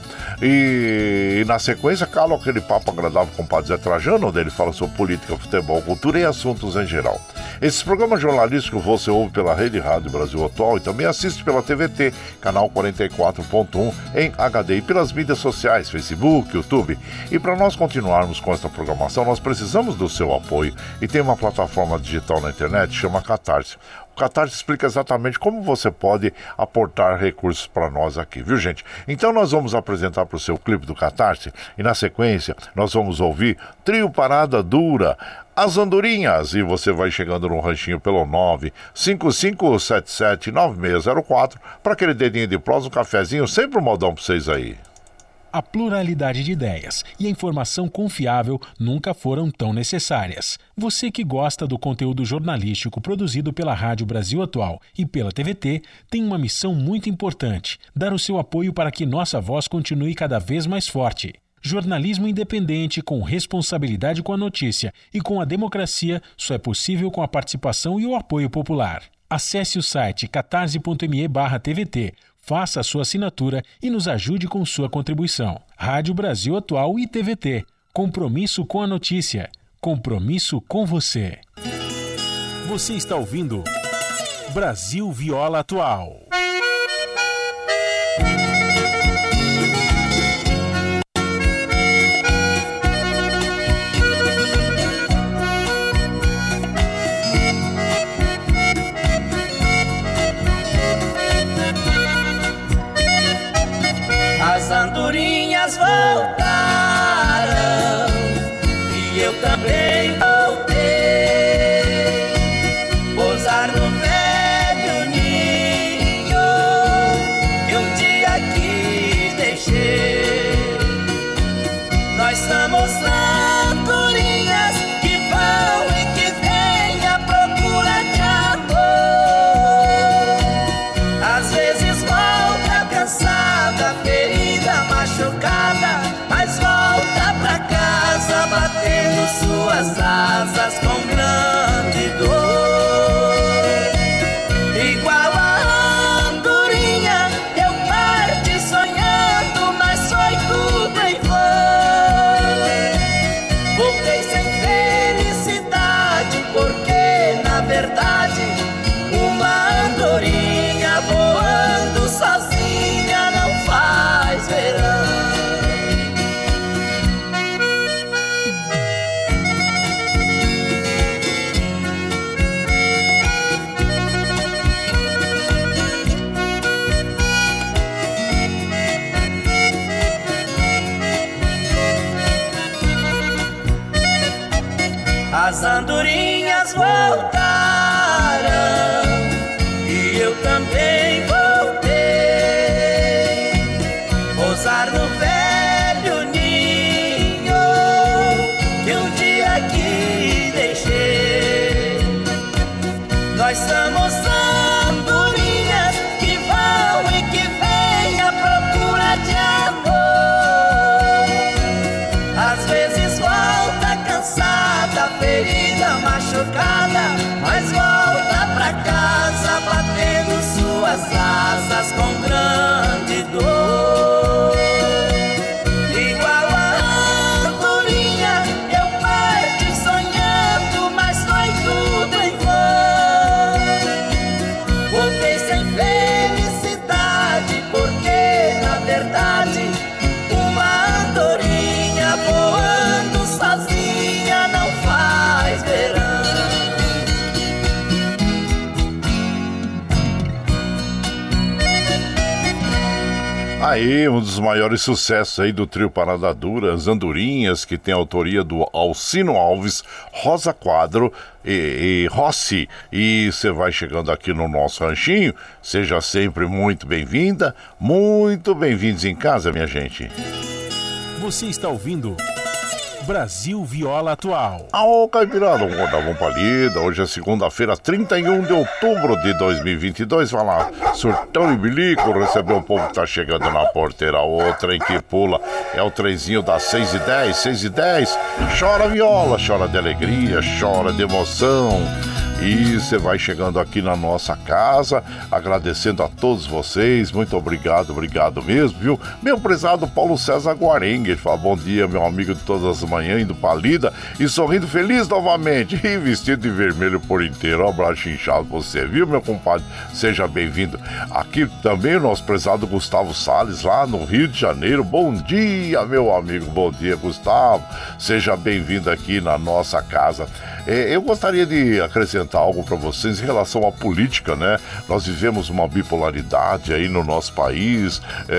C: E na sequência, calo aquele papo agradável com o Padre Zé Trajano, onde ele fala sobre política, futebol, cultura e assuntos em geral. Esses programas jornalísticos você ouve pela Rede Rádio Brasil Atual e também assiste pela TVT, canal 44.1 em HD e pelas mídias sociais, Facebook, YouTube. E para nós continuarmos com esta programação, nós precisamos do seu apoio. E tem uma plataforma digital na internet que chama Catarse. O Catarse explica exatamente como você pode aportar recursos para nós aqui, viu, gente? Então nós vamos apresentar para o seu clipe do Catarse e na sequência nós vamos ouvir Trio Parada Dura, As Andorinhas, e você vai chegando no ranchinho pelo 955779604 para aquele dedinho de prosa, um cafezinho, sempre um modão para vocês aí.
A: A pluralidade de ideias e a informação confiável nunca foram tão necessárias. Você que gosta do conteúdo jornalístico produzido pela Rádio Brasil Atual e pela TVT tem uma missão muito importante: dar o seu apoio para que nossa voz continue cada vez mais forte. Jornalismo independente, com responsabilidade com a notícia e com a democracia, só é possível com a participação e o apoio popular. Acesse o site catarse.me/TVT, faça a sua assinatura e nos ajude com sua contribuição. Rádio Brasil Atual e TVT. Compromisso com a notícia. Compromisso com você. Você está ouvindo Brasil Viola Atual.
B: As andorinhas voltaram e eu também voltei. Pousar no velho ninho
F: as andorinhas voltaram e eu também voltei, pousar no velho ninho que um dia aqui deixei. Nós somos andorinhas que vão e que vêm à procura de amor. Às vezes volta cansada, ferida, machucada, mas volta pra casa batendo suas asas com grande dor. Igual a andorinha eu parti sonhando, mas foi tudo em vão. Voltei sem felicidade, porque na verdade uma andorinha voando sozinha não faz verão.
C: Aí, um dos maiores sucessos aí do trio Parada Dura, as Andorinhas, que tem a autoria do Alcino Alves, Rosa Quadro e Rossi. E você vai chegando aqui no nosso ranchinho, seja sempre muito bem-vinda, muito bem-vindos em casa, minha gente.
A: Você está ouvindo Brasil Viola Atual.
C: Ô, Caipirada, vamos rodar uma palida. Hoje é segunda-feira, 31 de outubro de 2022. Vai lá, surtão e bilico, recebeu o povo que tá chegando na porteira. O trem que pula é o trenzinho das 6h10, 6h10. Chora viola, chora de alegria, chora de emoção. E você vai chegando aqui na nossa casa, agradecendo a todos vocês, muito obrigado, obrigado mesmo, viu? Meu prezado Paulo César Guarengue, ele fala, bom dia, meu amigo de todas as manhãs, indo pra lida e sorrindo feliz novamente, e vestido de vermelho por inteiro. Um abraço inchado pra você, viu, meu compadre? Seja bem-vindo. Aqui também o nosso prezado Gustavo Salles, lá no Rio de Janeiro. Bom dia, meu amigo, bom dia, Gustavo. Seja bem-vindo aqui na nossa casa. Eu gostaria de acrescentar algo para vocês em relação à política, né? Nós vivemos uma bipolaridade aí no nosso país.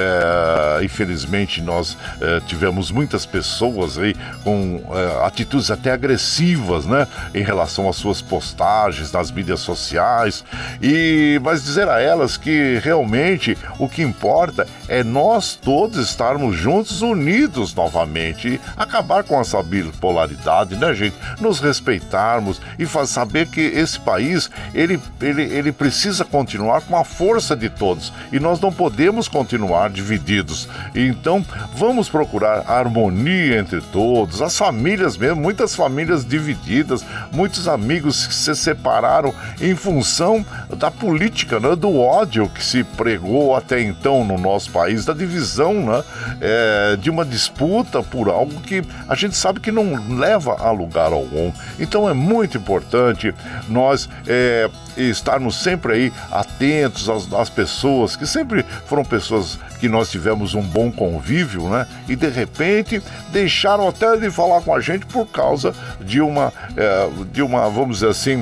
C: Infelizmente nós tivemos muitas pessoas aí com atitudes até agressivas, né? Em relação às suas postagens nas mídias sociais. Mas dizer a elas que realmente o que importa é nós todos estarmos juntos, unidos novamente, e acabar com essa bipolaridade, né, gente? Nos respeitar e saber que esse país ele precisa continuar com a força de todos e nós não podemos continuar divididos. Então vamos procurar a harmonia entre todos, as famílias mesmo, muitas famílias divididas, muitos amigos que se separaram em função da política, né, do ódio que se pregou até então no nosso país, da divisão, né, de uma disputa por algo que a gente sabe que não leva a lugar algum. Então é muito importante nós estarmos sempre aí atentos às pessoas que sempre foram pessoas que nós tivemos um bom convívio, né? E de repente deixaram até de falar com a gente por causa de uma vamos dizer assim,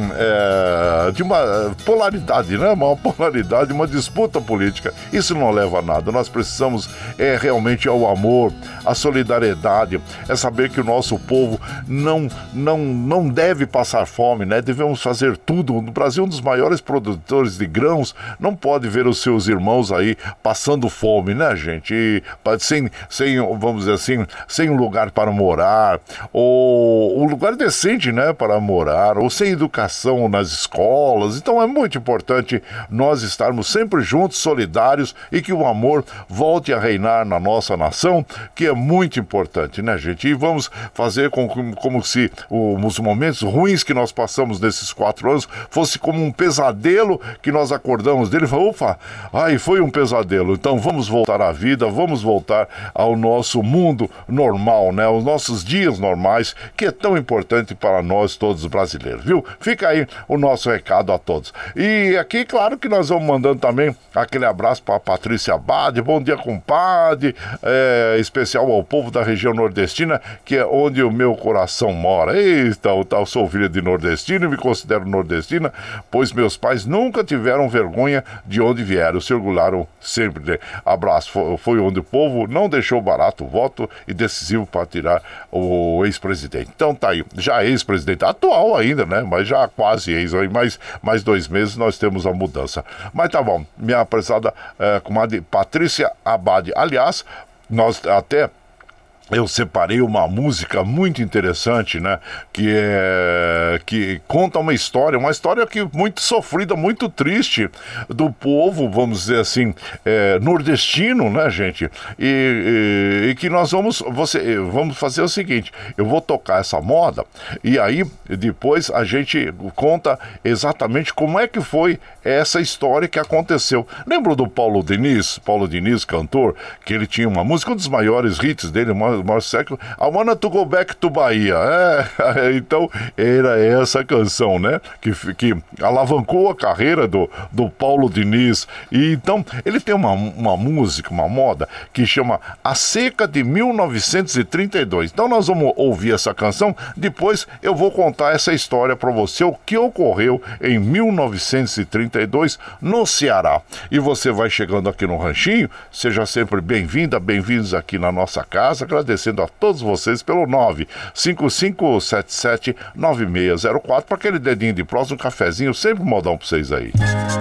C: de uma polaridade, né? Uma polaridade, uma disputa política. Isso não leva a nada. Nós precisamos realmente ao amor, à solidariedade, é saber que o nosso povo não deve passar fome, né? Devemos fazer tudo. No Brasil, um dos maiores produtores de grãos, não pode ver os seus irmãos aí passando fome, né, gente? E, sem, vamos dizer assim, sem um lugar para morar, ou um lugar decente, né, para morar, ou sem educação nas escolas. Então é muito importante nós estarmos sempre juntos, solidários, e que o amor volte a reinar na nossa nação, que é muito importante, né, gente? E vamos fazer como se os momentos ruins que nós passamos nesses 4 anos fosse como um pesadelo que nós acordamos dele e falamos, opa, foi um pesadelo. Então vamos voltar à vida, vamos voltar ao nosso mundo normal, né? Os nossos dias normais, que é tão importante para nós todos brasileiros, viu? Fica aí o nosso recado a todos. E aqui, claro que nós vamos mandando também aquele abraço para a Patrícia Abade, bom dia, compadre, especial ao povo da região nordestina, que é onde o meu coração mora. Eita, eu sou filha de nordestino e me considero nordestina, pois meus pais nunca tiveram vergonha de onde vieram, se orgulharam sempre de... abraço. Foi onde o povo não deixou barato o voto e decisivo para tirar o ex-presidente. Então tá aí, já ex-presidente, atual ainda, né? Mas já quase ex, aí mais 2 meses nós temos a mudança. Mas tá bom, minha prezada comadre Patrícia Abade. Aliás, nós até... eu separei uma música muito interessante, né? Que conta uma história que muito sofrida, muito triste do povo, vamos dizer assim, nordestino, né, gente? E que nós vamos fazer o seguinte: eu vou tocar essa moda e aí depois a gente conta exatamente como é que foi essa história que aconteceu. Lembra do Paulo Diniz, cantor, que ele tinha uma música, um dos maiores hits dele, maior século, I Wanna To Go Back to Bahia. Então era essa canção, né, que alavancou a carreira do Paulo Diniz. E então ele tem uma música, uma moda que chama A Seca de 1932. Então nós vamos ouvir essa canção, depois eu vou contar essa história para você, o que ocorreu em 1932 no Ceará. E você vai chegando aqui no Ranchinho, seja sempre bem-vinda, bem-vindos aqui na nossa casa, agradecendo a todos vocês pelo 955779604 para aquele dedinho de prós, um cafezinho, sempre modão para vocês aí.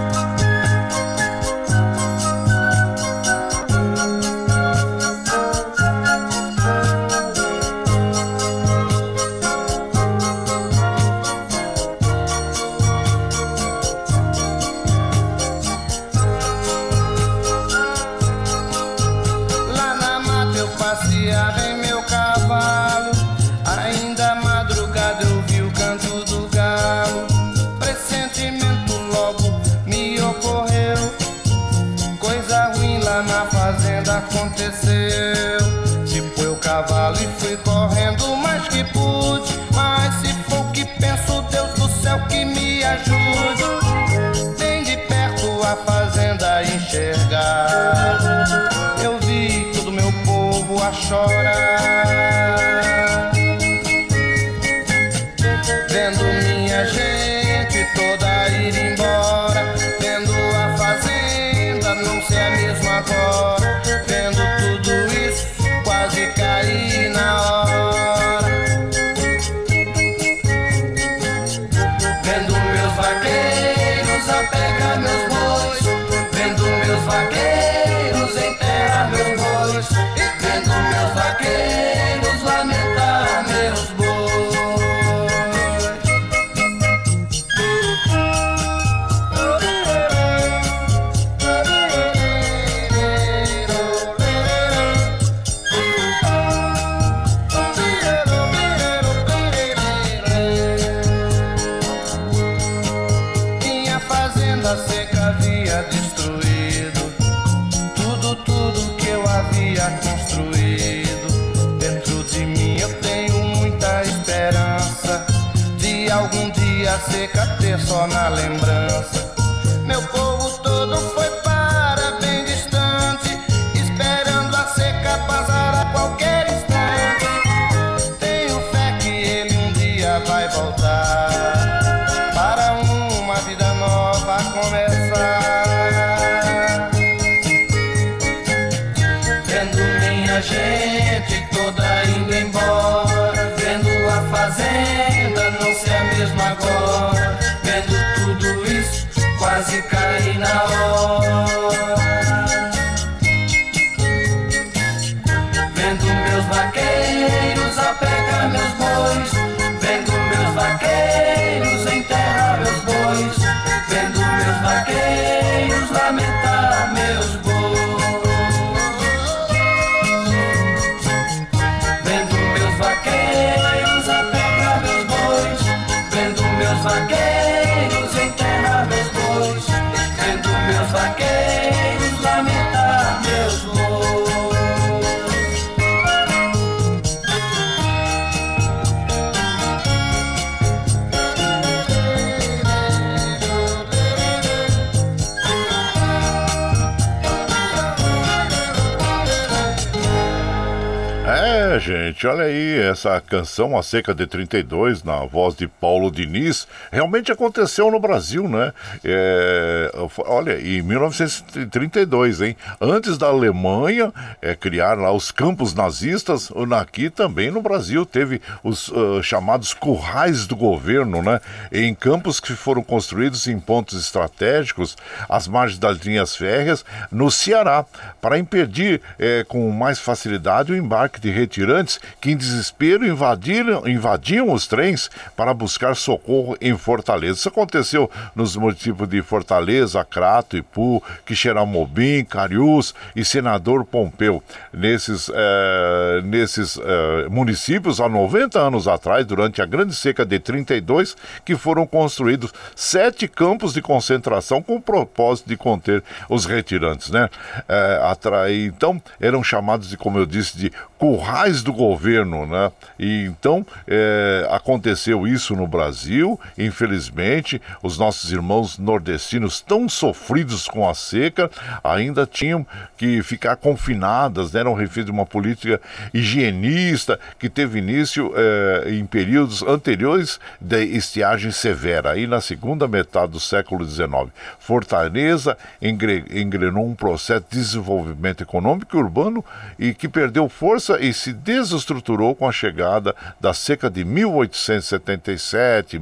G: Aconteceu, se foi o cavalo e fui correndo o mais que pude, mas se for o que penso, Deus do céu que me ajude, bem de perto a fazenda enxergar, eu vi todo meu povo a chorar, vendo minha gente toda ir embora, vendo a fazenda não ser a mesma agora, caí na hora, vendo meus vaqueiros a pegar meus bois, vendo meus vaqueiros enterrar meus bois, vendo meus vaqueiros lamentar meus bois. Seca havia destruído tudo que eu havia construído. Dentro de mim eu tenho muita esperança de algum dia a seca ter só na lembrança. Meu povo todo foi para bem distante, esperando a seca passar a qualquer instante. Tenho fé que ele um dia vai voltar para uma vida nova começar, vendo minha gente toda indo embora, vendo a fazenda não ser a mesma agora, vendo tudo isso quase cair na hora, vendo meus vaqueiros a pegar meus bois, vendo meus vaqueiros enterrar meus bois, vendo meus vaqueiros lamentar meus bois, vendo meus vaqueiros a pegar meus bois, vendo meus vaqueiros enterrar meus bois, vendo meus vaqueiros lamentar meus bois.
C: É, gente, olha aí, essa canção, A Seca de 32, na voz de Paulo Diniz, realmente aconteceu no Brasil, né? Olha, em 1932, hein? Antes da Alemanha criar lá os campos nazistas, aqui também no Brasil teve os chamados currais do governo, né? Em campos que foram construídos em pontos estratégicos, às margens das linhas férreas, no Ceará, para impedir com mais facilidade o embarque de retirantes que em desespero invadiam os trens para buscar socorro em Fortaleza. Isso aconteceu nos municípios de Fortaleza, Crato, Ipu, Quixeramobim, Cariús e Senador Pompeu. Nesses municípios, há 90 anos atrás, durante a Grande Seca de 32, que foram construídos 7 campos de concentração com o propósito de conter os retirantes, né? Então, eram chamados de, como eu disse, de currais do governo, né? E então aconteceu isso no Brasil. Infelizmente, os nossos irmãos nordestinos, tão sofridos com a seca, ainda tinham que ficar confinadas, né? Eram reféns de uma política higienista que teve início em períodos anteriores de estiagem severa, aí na segunda metade do século XIX. Fortaleza engrenou um processo de desenvolvimento econômico e urbano e que perdeu força e se desestruturou com a chegada da seca de 1877,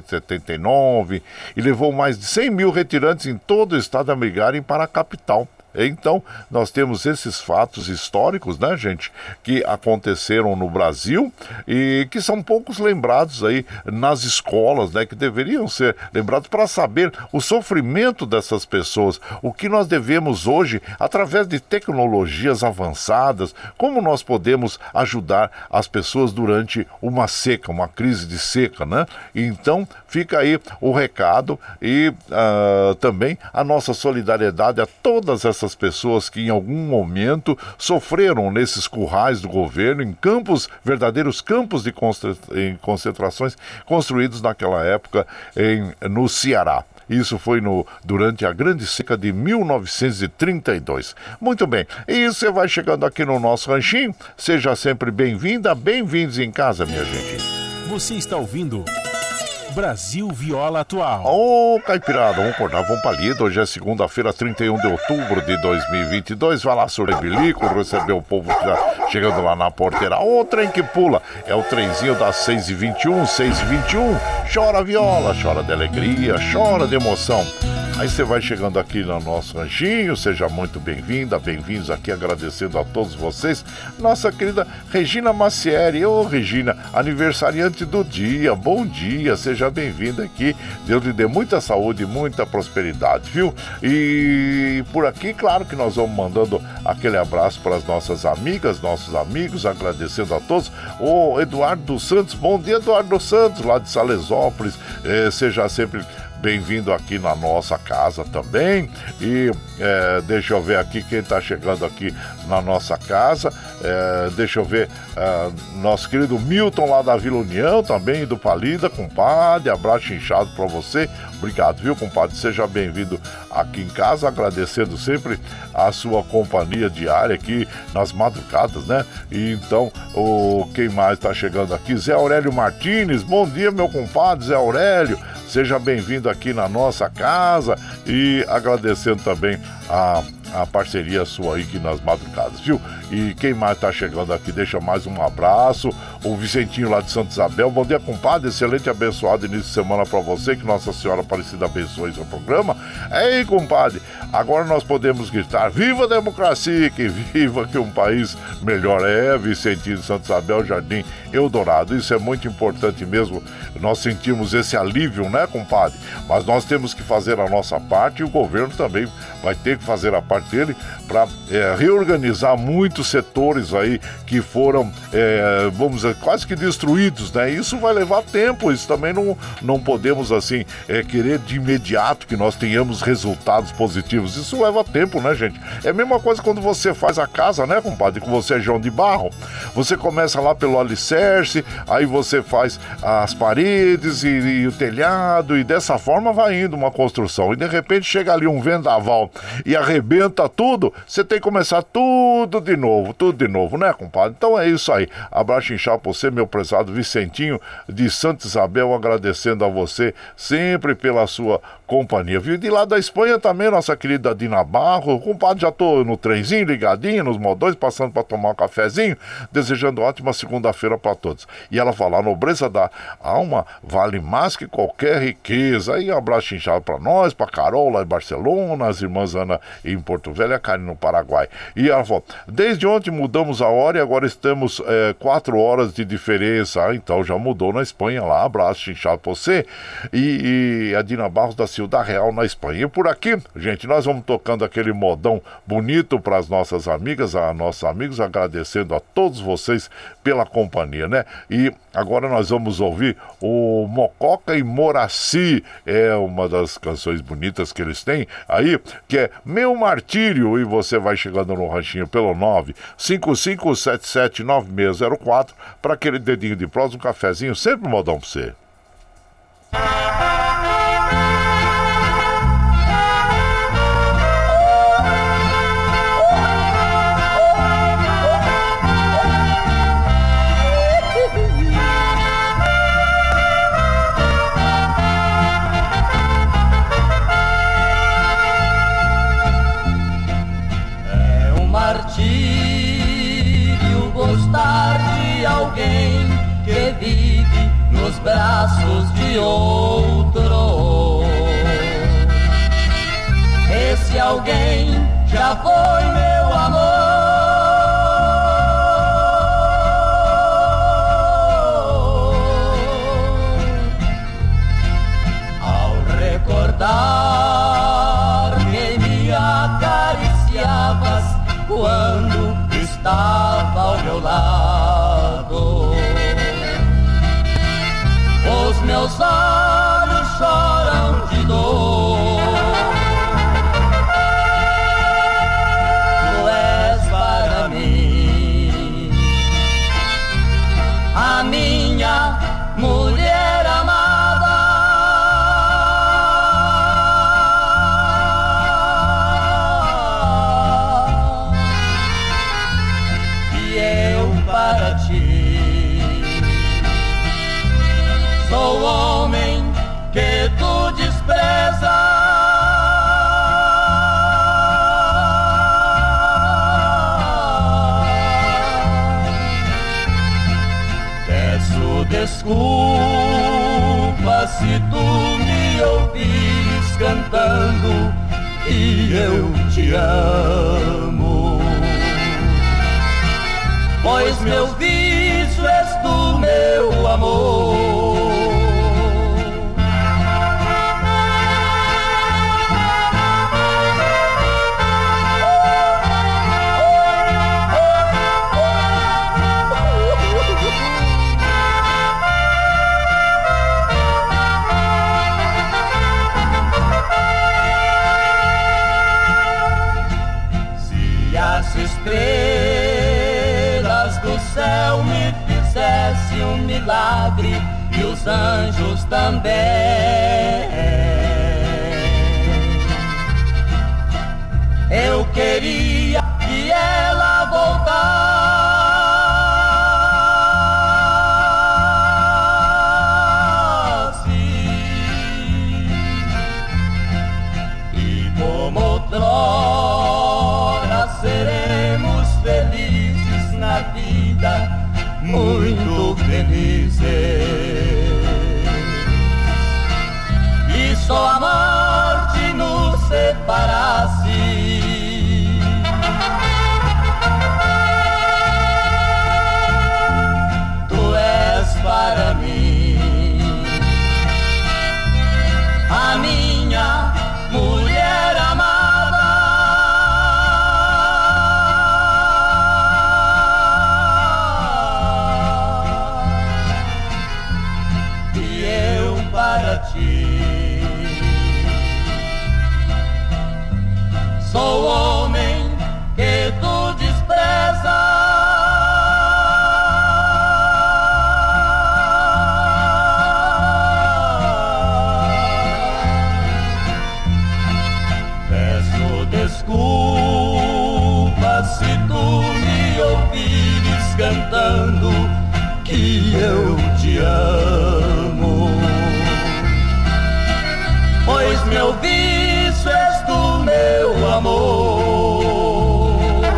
C: 1879 e levou mais de 100 mil retirantes em todo o estado a migrarem para a capital. Então, nós temos esses fatos históricos, né, gente, que aconteceram no Brasil e que são poucos lembrados aí nas escolas, né, que deveriam ser lembrados para saber o sofrimento dessas pessoas, o que nós devemos hoje, através de tecnologias avançadas, como nós podemos ajudar as pessoas durante uma seca, uma crise de seca, né? Então, fica aí o recado e também a nossa solidariedade a todas essas pessoas que em algum momento sofreram nesses currais do governo, em campos, verdadeiros campos de concentrações construídos naquela época no Ceará. Isso foi durante a Grande Seca de 1932. Muito bem, e você vai chegando aqui no nosso ranchinho, seja sempre bem-vinda, bem-vindos em casa, minha gente.
A: Você está ouvindo Brasil Viola Atual.
C: Ô, Caipirada, vamos acordar, vamos palida. Hoje é segunda-feira, 31 de outubro de 2022. Vai lá, surdo bilico, receber o povo que tá chegando lá na porteira. Ô, trem que pula. É o trenzinho das 6h21, 6h21. Chora viola, chora de alegria, chora de emoção. Aí você vai chegando aqui no nosso ranchinho, seja muito bem-vinda, bem-vindos aqui, agradecendo a todos vocês. Nossa querida Regina Macieri, ô Regina, aniversariante do dia, bom dia, seja bem-vinda aqui, Deus lhe dê muita saúde e muita prosperidade, viu? E por aqui, claro que nós vamos mandando aquele abraço para as nossas amigas, nossos amigos, agradecendo a todos. Ô Eduardo Santos, bom dia Eduardo Santos, lá de Salesópolis, seja sempre bem-vindo aqui na nossa casa também. E deixa eu ver aqui quem está chegando aqui na nossa casa. Deixa eu ver, nosso querido Milton lá da Vila União, também do Palida, compadre, abraço inchado para você. Obrigado, viu, compadre? Seja bem-vindo aqui em casa, agradecendo sempre a sua companhia diária aqui nas madrugadas, né? E então, quem mais está chegando aqui? Zé Aurélio Martins, bom dia, meu compadre Zé Aurélio. Seja bem-vindo aqui na nossa casa e agradecendo também a parceria sua aí aqui nas madrugadas, viu? E quem mais tá chegando aqui, deixa mais um abraço. O Vicentinho lá de Santa Isabel. Bom dia, compadre. Excelente e abençoado início de semana pra você. Que Nossa Senhora Aparecida abençoe seu programa. Ei, compadre, agora nós podemos gritar: viva a democracia, que viva que um país melhor. Vicentinho de Santa Isabel, Jardim Eldorado. Isso é muito importante mesmo. Nós sentimos esse alívio, né, compadre? Mas nós temos que fazer a nossa parte e o governo também vai ter que fazer a parte dele para reorganizar muitos setores aí que foram, vamos dizer quase que destruídos, né? Isso vai levar tempo, isso também não podemos, assim, querer de imediato que nós tenhamos resultados positivos. Isso leva tempo, né, gente? É a mesma coisa quando você faz a casa, né, compadre? Que você é João de Barro. Você começa lá pelo alicerce, aí você faz as paredes e o telhado, e dessa forma vai indo uma construção. E de repente chega ali um vendaval e arrebenta tudo, você tem que começar tudo de novo, né, compadre? Então é isso aí. Abraço inchado pra você, meu prezado Vicentinho de Santa Isabel, agradecendo a você sempre pela sua companhia. Viu? De lá da Espanha também, nossa querida Dina Barro. Compadre, já tô no trenzinho, ligadinho, nos modões, passando para tomar um cafezinho, desejando ótima segunda-feira para todos. E ela fala, a nobreza da alma vale mais que qualquer riqueza. Aí um abraço inchado para nós, para Carol lá em Barcelona, as irmãs Ana em Porto Velho e a Karen no Paraguai. E ela falou, desde ontem mudamos a hora e agora estamos 4 horas de diferença. Ah, então já mudou na Espanha lá. Abraço inchado para você. E a Dina Barros da Ciudad Real na Espanha. E por aqui, gente, nós vamos tocando aquele modão bonito para as nossas amigas, a nossos amigos, agradecendo a todos vocês pela companhia, né? E agora nós vamos ouvir o Mococa e Moraci, é uma das canções bonitas que eles têm aí, que é Meu Martírio, e você vai chegando no ranchinho pelo 955779604 para aquele dedinho de prosa, um cafezinho, sempre um modão pra você.
H: Gostar de alguém que vive nos braços de outro. Esse alguém já foi meu amor. Ao recordar que me acariciavas quando estava ao meu lado, os meus olhos choram de dor. Tu és para mim a minha mulher amada, e eu para ti sou o homem que tu desprezas. Peço desculpa se tu me ouvires cantando e eu te amo, pois meu vício és tu, meu amor. Se as estrelas do céu me fizesse um milagre e os anjos também, eu queria que ela voltasse, e como outrora seremos felizes na vida, muito felizes, e só a morte nos separasse. Tu és para mim a minha mulher amada,
D: eu te amo. Pois meu vício és do meu amor.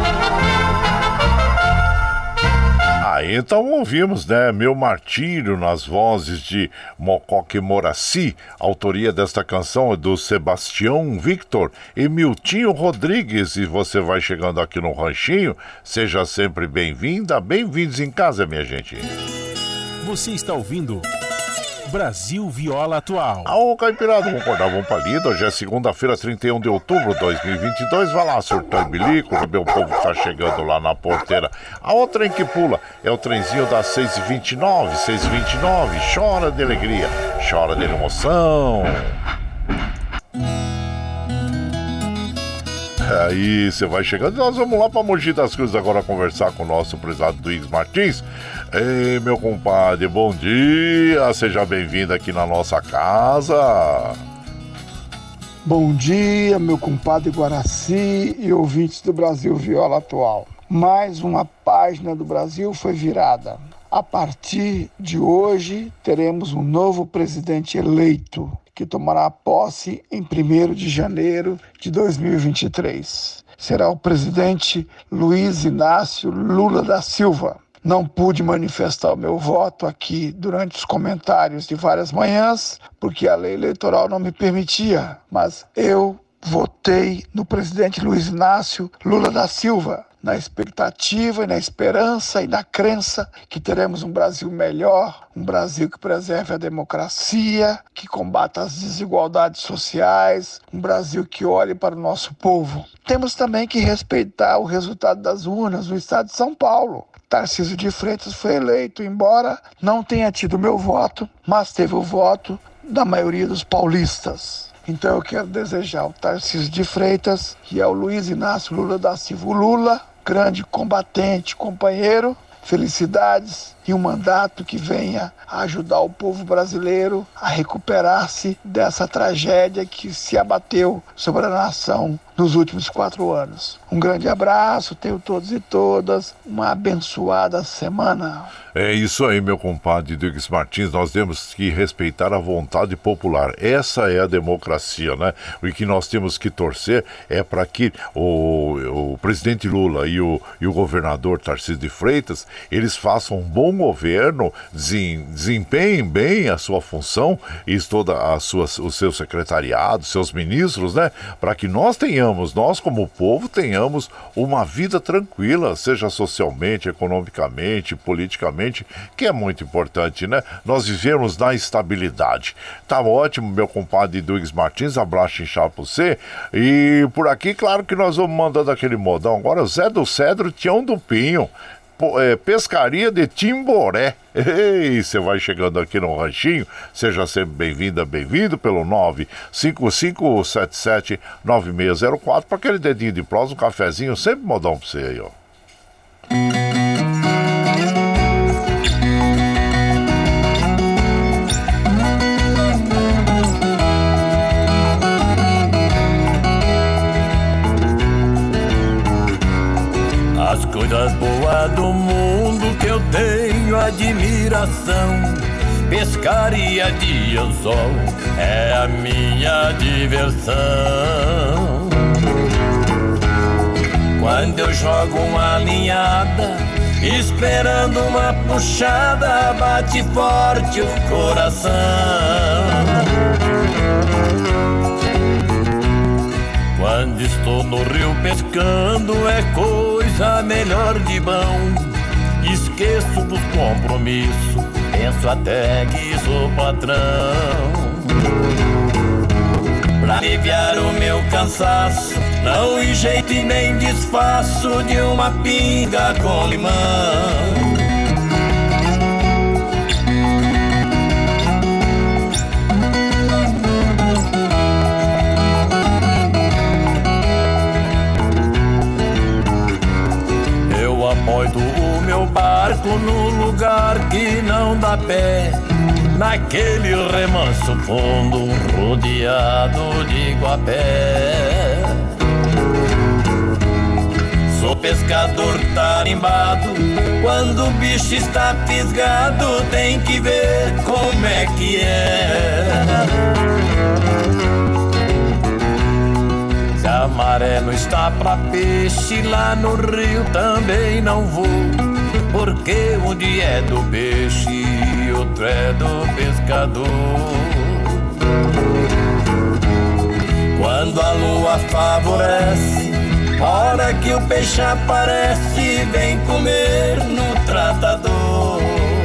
C: Aí então ouvimos, né, Meu Martírio nas vozes de Mocoque Moraci. A autoria desta canção é do Sebastião Victor e Miltinho Rodrigues. E você vai chegando aqui no Ranchinho, seja sempre bem-vinda, bem-vindos em casa, minha gente.
A: Você está ouvindo Brasil Viola Atual.
C: Ô, Caipirada, vamos acordar, vamos pra lida. Hoje é segunda-feira, 31 de outubro de 2022. Vai lá, surtando bilico, o meu povo tá chegando lá na porteira. A outra trem que pula é o trenzinho das 6h29, 6h29. Chora de alegria, chora de emoção. Aí você vai chegando. Nós vamos lá para Mogi das Cruzes agora conversar com o nosso prezado Duígues Martins. Ei, meu compadre, bom dia. Seja bem-vindo aqui na nossa casa.
I: Bom dia, meu compadre Guaraci e ouvintes do Brasil Viola Atual. Mais uma página do Brasil foi virada. A partir de hoje, teremos um novo presidente eleito, que tomará posse em 1º de janeiro de 2023. Será o presidente Luiz Inácio Lula da Silva. Não pude manifestar o meu voto aqui durante os comentários de várias manhãs, porque a lei eleitoral não me permitia, mas eu votei no presidente Luiz Inácio Lula da Silva, na expectativa e na esperança e na crença que teremos um Brasil melhor, um Brasil que preserve a democracia, que combata as desigualdades sociais, um Brasil que olhe para o nosso povo. Temos também que respeitar o resultado das urnas no estado de São Paulo. Tarcísio de Freitas foi eleito, embora não tenha tido meu voto, mas teve o voto da maioria dos paulistas. Então eu quero desejar ao Tarcísio de Freitas e ao Luiz Inácio Lula da Silva, o Lula, grande combatente, companheiro, felicidades e um mandato que venha a ajudar o povo brasileiro a recuperar-se dessa tragédia que se abateu sobre a nação nos últimos 4 anos. Um grande abraço, tenham todos e todas uma abençoada semana.
C: É isso aí, meu compadre Duígues Martins, nós temos que respeitar a vontade popular. Essa é a democracia, né? O que nós temos que torcer é para que o presidente Lula e o governador Tarcísio de Freitas, eles façam um bom governo, desempenhem bem a sua função e o seu secretariado, seus ministros, né? Para que nós como povo, tenhamos uma vida tranquila, seja socialmente, economicamente, politicamente, que é muito importante, né? Nós vivemos na estabilidade. Tá ótimo, meu compadre Duígues Martins, abraço inchado pra você. E por aqui, claro que nós vamos mandando aquele modão. Agora, Zé do Cedro, Tião do Pinho. Pescaria de Timboré. Ei, você vai chegando aqui no Ranchinho, seja sempre bem-vinda, bem-vindo pelo 955779604 para aquele dedinho de prosa, um cafezinho, sempre modão pra você aí, ó.
D: As coisas boas do mundo que eu tenho admiração, pescaria de anzol é a minha diversão. Quando eu jogo uma linhada, esperando uma puxada, bate forte o coração. Quando estou no rio pescando é coisa melhor de bom. Esqueço dos compromissos, penso até que sou patrão. Pra aliviar o meu cansaço, não enjeito e nem desfaço de uma pinga com limão. Apoio o meu barco no lugar que não dá pé, naquele remanso fundo rodeado de iguapé. Sou pescador tarimbado, quando o bicho está fisgado, tem que ver como é que é. Se a maré não está pra peixe, lá no rio também não vou, porque um dia é do peixe e outro é do pescador. Quando a lua favorece, hora que o peixe aparece, vem comer no tratador.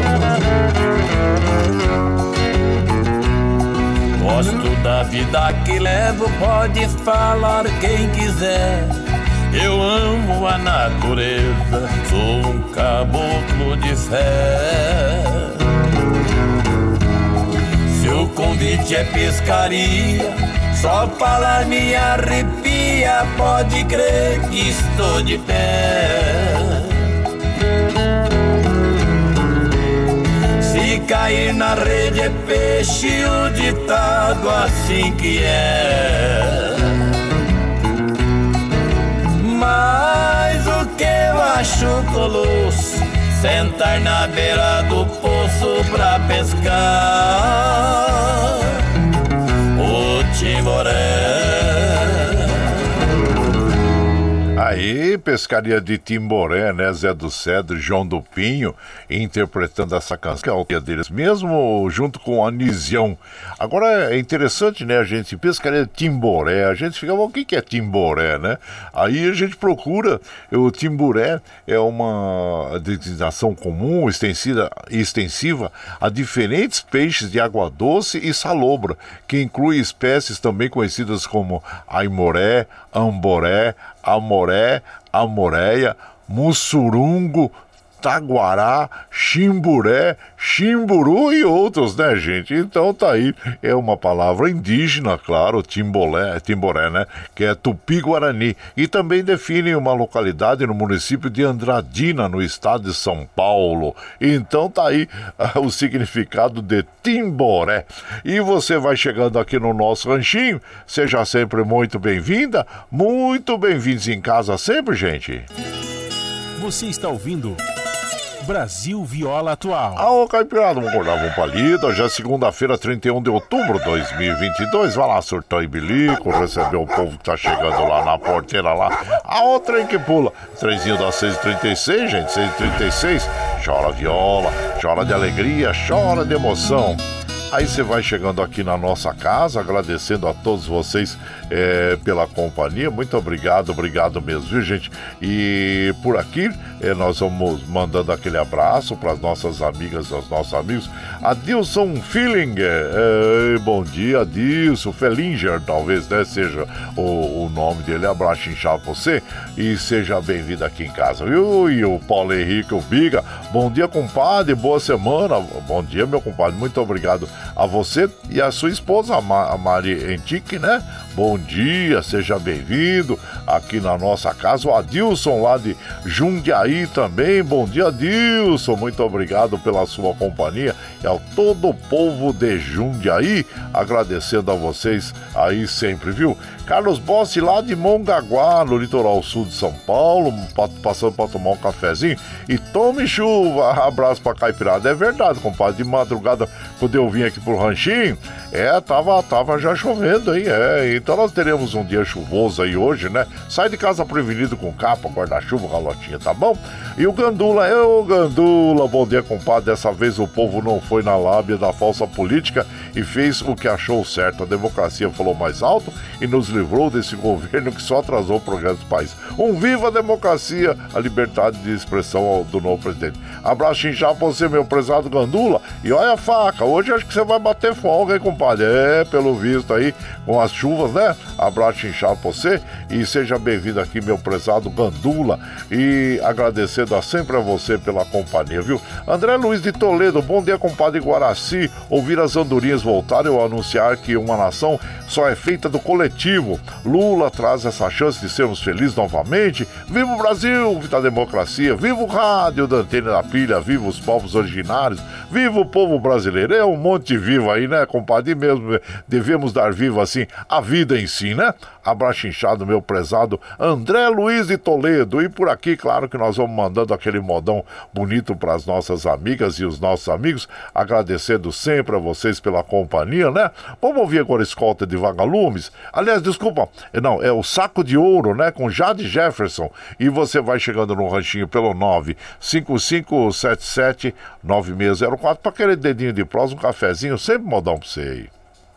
D: Gosto da vida que levo, pode falar quem quiser. Eu amo a natureza, sou um caboclo de fé. Se o convite é pescaria, só falar me arrepia, pode crer que estou de pé. Se cair na rede é peixe, o ditado assim que é. Mas o que eu acho colosso, sentar na beira do poço pra pescar o Timboré.
C: Aí, pescaria de Timboré, né? Zé do Cedro, João do Pinho, interpretando essa canção, que é o dia deles mesmo, junto com o Anisião. Agora, é interessante, né, a gente, pescaria de Timboré, a gente fica, o que é Timboré, né? Aí a gente procura, o Timboré é uma designação comum, extensiva a diferentes peixes de água doce e salobra, que inclui espécies também conhecidas como aimoré, amboré, amoré, amoreia, mussurungo, taguará, chimburé, chimburu e outros, né, gente? Então tá aí, é uma palavra indígena, claro, Timboré, né, que é Tupi-Guarani, e também define uma localidade no município de Andradina, no estado de São Paulo. Então tá aí o significado de Timboré. E você vai chegando aqui no nosso ranchinho, seja sempre muito bem-vinda, muito bem-vindos em casa sempre, gente.
A: Você está ouvindo Brasil Viola Atual.
C: Ô, Caipirada, vamos acordar um palito. Hoje é segunda-feira, 31 de outubro de 2022. Vai lá, surtão e bilico, receber o povo que tá chegando lá na porteira lá. O trem que pula. Trenzinho das 6h36, gente, 6h36. Chora viola, chora de alegria, chora de emoção. Aí você vai chegando aqui na nossa casa, agradecendo a todos vocês pela companhia. Muito obrigado mesmo, viu, gente? E por aqui nós vamos mandando aquele abraço para as nossas amigas, aos nossos amigos. Adilson Fillinger, bom dia, Adilson Fellinger, talvez, né, seja o nome dele. Abraço inchado pra você e seja bem-vindo aqui em casa, viu? E o Paulo Henrique, o Biga, bom dia, compadre, boa semana. Bom dia, meu compadre, muito obrigado a você e a sua esposa, a Mari Henrique, né? Bom dia, seja bem-vindo aqui na nossa casa. O Adilson lá de Jundiaí também. Bom dia, Adilson. Muito obrigado pela sua companhia e ao todo o povo de Jundiaí, agradecendo a vocês aí sempre, viu? Carlos Bossi lá de Mongaguá, no litoral sul de São Paulo, passando para tomar um cafezinho. E tome chuva. Abraço pra Caipirada. É verdade, compadre. De madrugada, quando eu vim aqui pro ranchinho, tava já chovendo aí, Então nós teremos um dia chuvoso aí hoje, né? Sai de casa prevenido com capa, guarda-chuva, ralotinha, tá bom? E o Gandula, Gandula, bom dia, compadre. Dessa vez o povo não foi na lábia da falsa política e fez o que achou certo. A democracia falou mais alto e nos livrou desse governo que só atrasou o progresso do país. Viva a democracia, a liberdade de expressão do novo presidente. Abraço inchado pra você, meu prezado Gandula. E olha a faca, hoje acho que você vai bater folga, hein, compadre? Pelo visto aí, com as chuvas, né? Abraço inchado pra você e seja bem-vindo aqui, meu prezado Gandula. E agradecendo sempre a você pela companhia, viu? André Luiz de Toledo, bom dia, compadre Guaraci. Ouvir as andorinhas voltarem ou anunciar que uma nação só é feita do coletivo. Lula traz essa chance de sermos felizes novamente. Viva o Brasil, viva a democracia, viva o rádio da Antena da Pilha, viva os povos originários, viva o povo brasileiro. É um monte vivo aí, né, compadre? E mesmo devemos dar vivo assim a vida em si, né? Abraço inchado, meu prezado André Luiz de Toledo. E por aqui, claro que nós vamos mandando aquele modão bonito para as nossas amigas e os nossos amigos, agradecendo sempre a vocês pela companhia, né? Vamos ouvir agora a escolta de Vagalumes. Aliás, desculpa, não, é o Saco de Ouro, né? Com Jade Jefferson. E você vai chegando no ranchinho pelo 955779604 para aquele dedinho de prosa, um cafezinho, sempre modão pra você aí.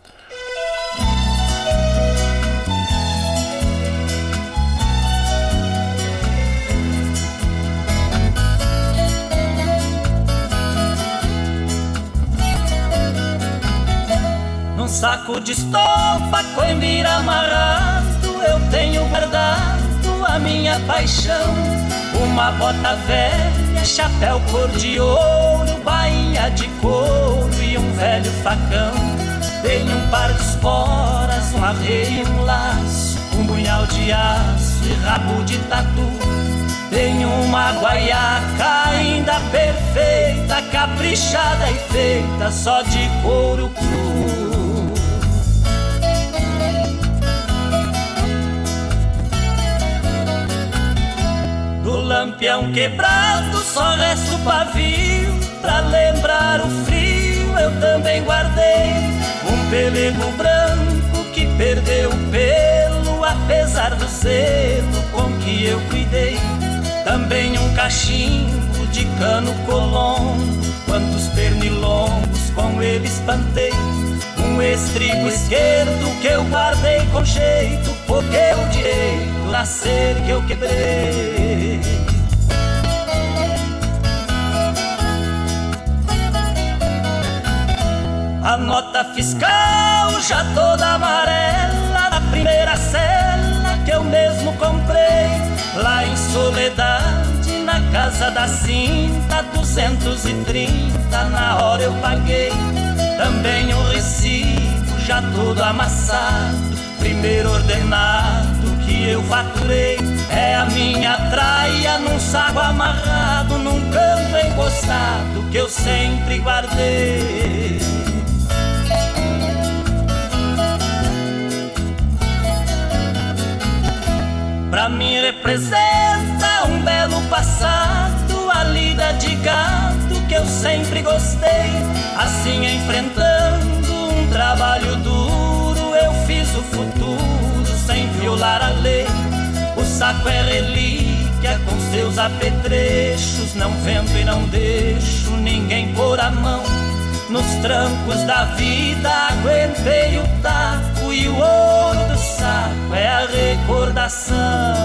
H: Num saco de estopa, coimbira amarrado, eu tenho guardado a minha paixão. Uma bota velha, chapéu cor de ouro, bainha de couro e um velho facão. Tenho um par de esporas, um arreio, um laço, um punhal de aço e rabo de tatu. Tenho uma guaiaca ainda perfeita, caprichada e feita só de couro cru. Do lampião quebrado só resta o pavio, pra lembrar o frio eu também guardei um pelego branco que perdeu o pelo, apesar do zelo com que eu cuidei. Também um cachimbo de cano colono, quantos pernilongos com ele espantei. Um estribo esquerdo que eu guardei com jeito, porque o direito nascer que eu quebrei. A nota fiscal já toda amarela, da primeira cela que eu mesmo comprei. Lá em Soledade, na casa da Cinta, 230 na hora eu paguei. Também um recibo já todo amassado, primeiro ordenado que eu faturei. É a minha traia num saco amarrado, num canto encostado que eu sempre guardei. Pra mim representa um belo passado, a lida de gado que eu sempre gostei. Assim enfrentando um trabalho duro, eu fiz o futuro sem violar a lei. O saco é relíquia com seus apetrechos, não vendo e não deixo ninguém pôr a mão. Nos trancos da vida aguentei o taco e o ouro do saco é a recordação.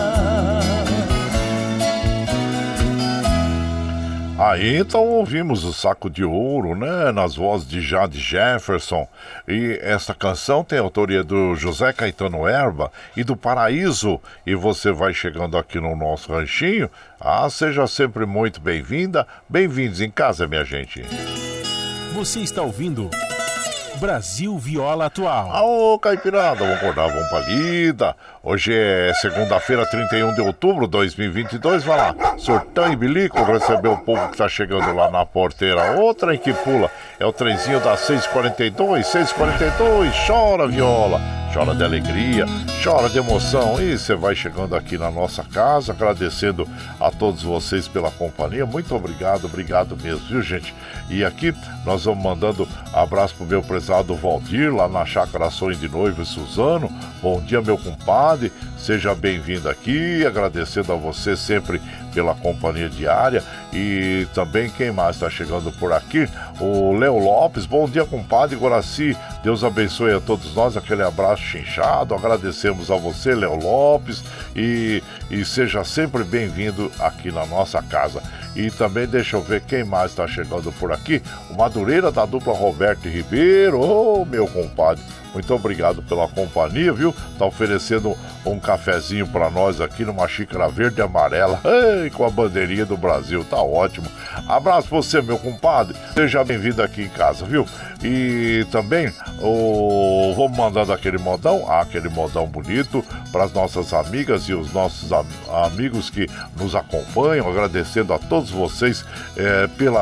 C: Aí então ouvimos o Saco de Ouro, né, nas vozes de Jade Jefferson. E essa canção tem a autoria do José Caetano Erba e do Paraíso. E você vai chegando aqui no nosso ranchinho. Seja sempre muito bem-vinda. Bem-vindos em casa, minha gente.
A: Você está ouvindo Brasil Viola Atual.
C: Ô, Caipirada, vamos acordar, vamos pra lida. Hoje é segunda-feira, 31 de outubro de 2022. Vai lá, Surtão e Bilico, receber o povo que tá chegando lá na porteira. Outra em que pula, é o trenzinho das 6h42. 6h42, chora viola, chora de alegria, chora de emoção. E você vai chegando aqui na nossa casa, agradecendo a todos vocês pela companhia. Muito obrigado mesmo, viu, gente? E aqui nós vamos mandando abraço pro meu prezado Valdir, lá na Chácara Sonho de Noivo e Suzano. Bom dia, meu compadre, seja bem-vindo aqui, agradecendo a você sempre pela companhia diária. E também quem mais está chegando por aqui, o Léo Lopes. Bom dia, compadre Guaraci, Deus abençoe a todos nós, aquele abraço chinchado. Agradecemos a você, Léo Lopes, e seja sempre bem-vindo aqui na nossa casa. E também deixa eu ver quem mais está chegando por aqui, o Madureira da dupla Roberto Ribeiro. Ô, meu compadre, muito obrigado pela companhia, viu? Tá oferecendo um cafezinho para nós aqui numa xícara verde e amarela, com a bandeirinha do Brasil, tá ótimo. Abraço pra você, meu compadre, seja bem-vindo aqui em casa, viu? E também vamos mandando aquele modão bonito para as nossas amigas e os nossos amigos que nos acompanham, agradecendo a todos vocês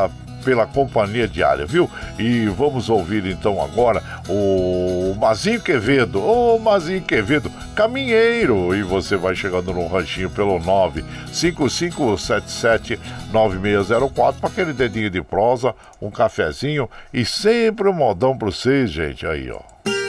C: pela companhia diária, viu? E vamos ouvir então agora o Mazinho Quevedo. Ô, Mazinho Quevedo, caminheiro. E você vai chegando no ranchinho pelo 955779604 para aquele dedinho de prosa, um cafezinho e sempre um modão pra vocês, gente. Aí, ó.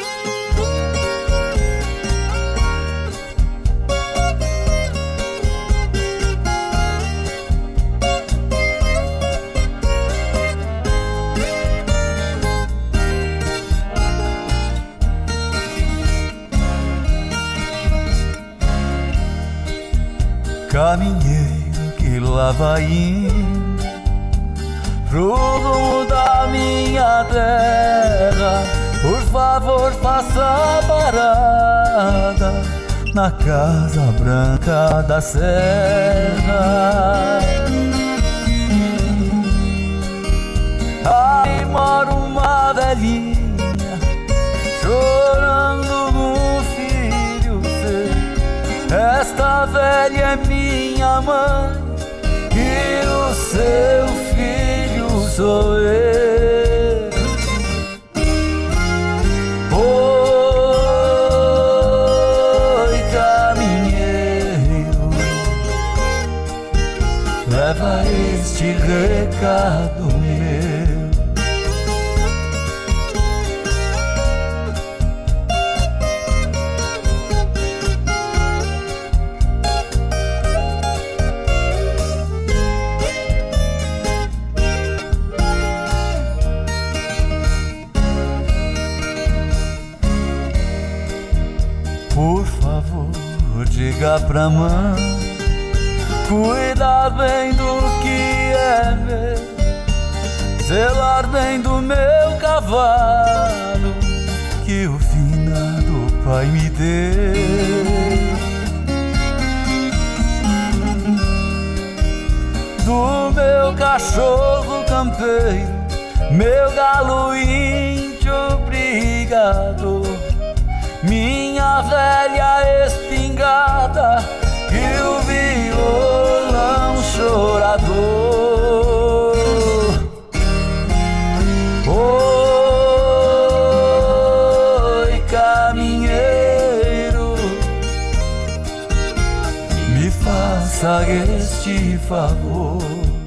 J: Caminheiro que lá vai indo pro rumo da minha terra, por favor faça parada na Casa Branca da Serra. Aí mora uma velhinha chorando um filho seu. Esta velha é minha mãe e o seu filho sou eu. Oi, caminheiro, leva este recado meu. Por favor, diga pra mãe, cuida bem do que é meu, zelar bem do meu cavalo, que o finado pai me deu. Do meu cachorro campeiro, meu galo índio brigador, minha velha espingarda e o violão chorador. Oi, caminheiro, me faça este favor.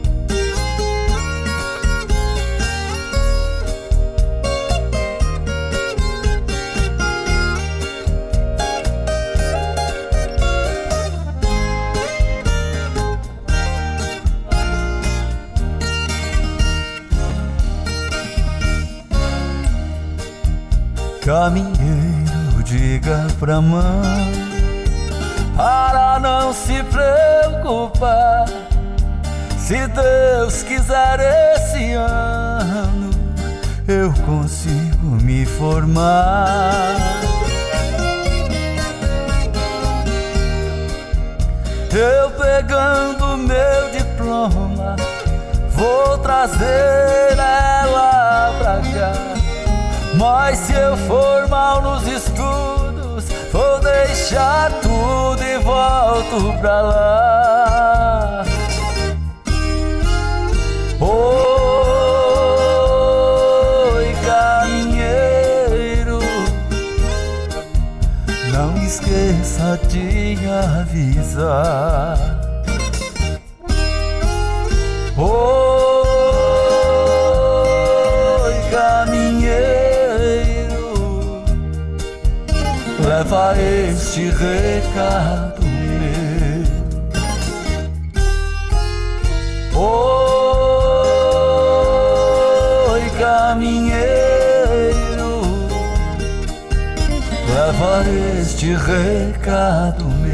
J: Caminheiro, diga pra mãe para não se preocupar. Se Deus quiser esse ano eu consigo me formar. Eu pegando meu diploma vou trazer ela pra cá. Mas se eu for mal nos estudos, vou deixar tudo e volto pra lá. Oi, caminheiro, não esqueça de avisar. Oi, caminheiro, leva este recado meu. Oi, caminheiro, leva este recado meu.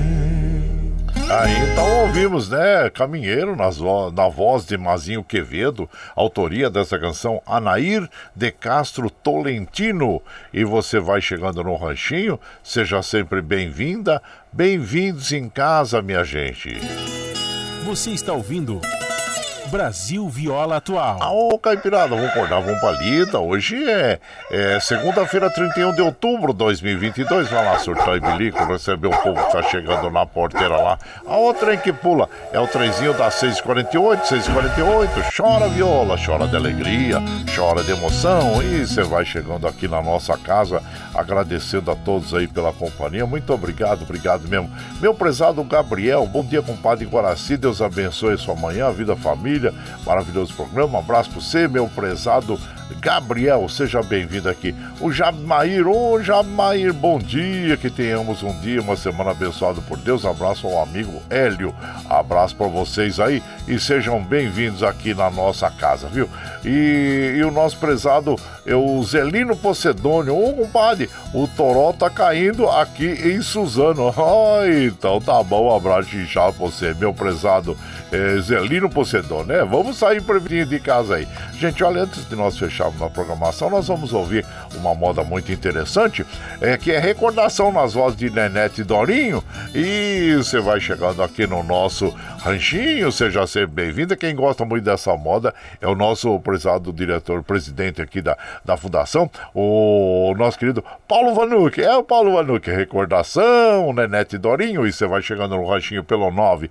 C: Aí então ouvimos, né, Caminheiro, na voz de Mazinho Quevedo, autoria dessa canção Anair de Castro Tolentino. E você vai chegando no ranchinho, seja sempre bem-vinda, bem-vindos em casa, minha gente.
A: Você está ouvindo Brasil Viola Atual.
C: Ô, Caipirada, vamos acordar, vamos pra lida. Hoje é segunda-feira, 31 de outubro de 2022. Vai lá, surtar e bilico, receber o povo que tá chegando na porteira lá. A outra que pula é o trenzinho das 6h48, 6h48. Chora viola, chora de alegria, chora de emoção. E você vai chegando aqui na nossa casa, agradecendo a todos aí pela companhia. Muito obrigado, obrigado mesmo. Meu prezado Gabriel, bom dia, compadre Guaraci. Deus abençoe sua manhã, a vida, a família. Maravilhoso programa, um abraço pra você, meu prezado Gabriel, seja bem-vindo aqui. O Jamair, Jamair, bom dia, que tenhamos um dia, uma semana abençoada por Deus. Abraço ao amigo Hélio, abraço pra vocês aí e sejam bem-vindos aqui na nossa casa, viu? E o nosso prezado é o Zelino Pocedônio. Ô, compadre, o toró tá caindo aqui em Suzano. Então tá bom, um abraço inchado pra você, meu prezado Zelino Pocedônio, né? Vamos sair previnho de casa aí. Gente, olha, antes de nós fecharmos a programação, nós vamos ouvir uma moda muito interessante, que é recordação nas vozes de Nenete e Dorinho. E você vai chegando aqui no nosso ranchinho, seja sempre bem-vinda. Quem gosta muito dessa moda é o nosso prezado diretor-presidente aqui da Fundação, o nosso querido Paulo Vanucci. É o Paulo Vanucci, recordação, Nenete e Dorinho. E você vai chegando no ranchinho pelo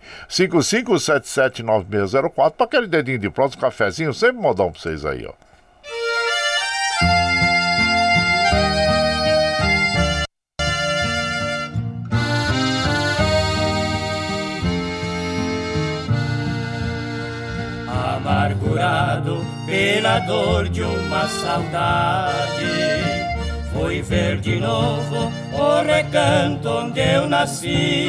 C: 955779604 para aquele dedinho de próximo, cafezinho, sempre modão pra vocês aí, ó.
H: Amargurado pela dor de uma saudade, fui ver de novo o recanto onde eu nasci,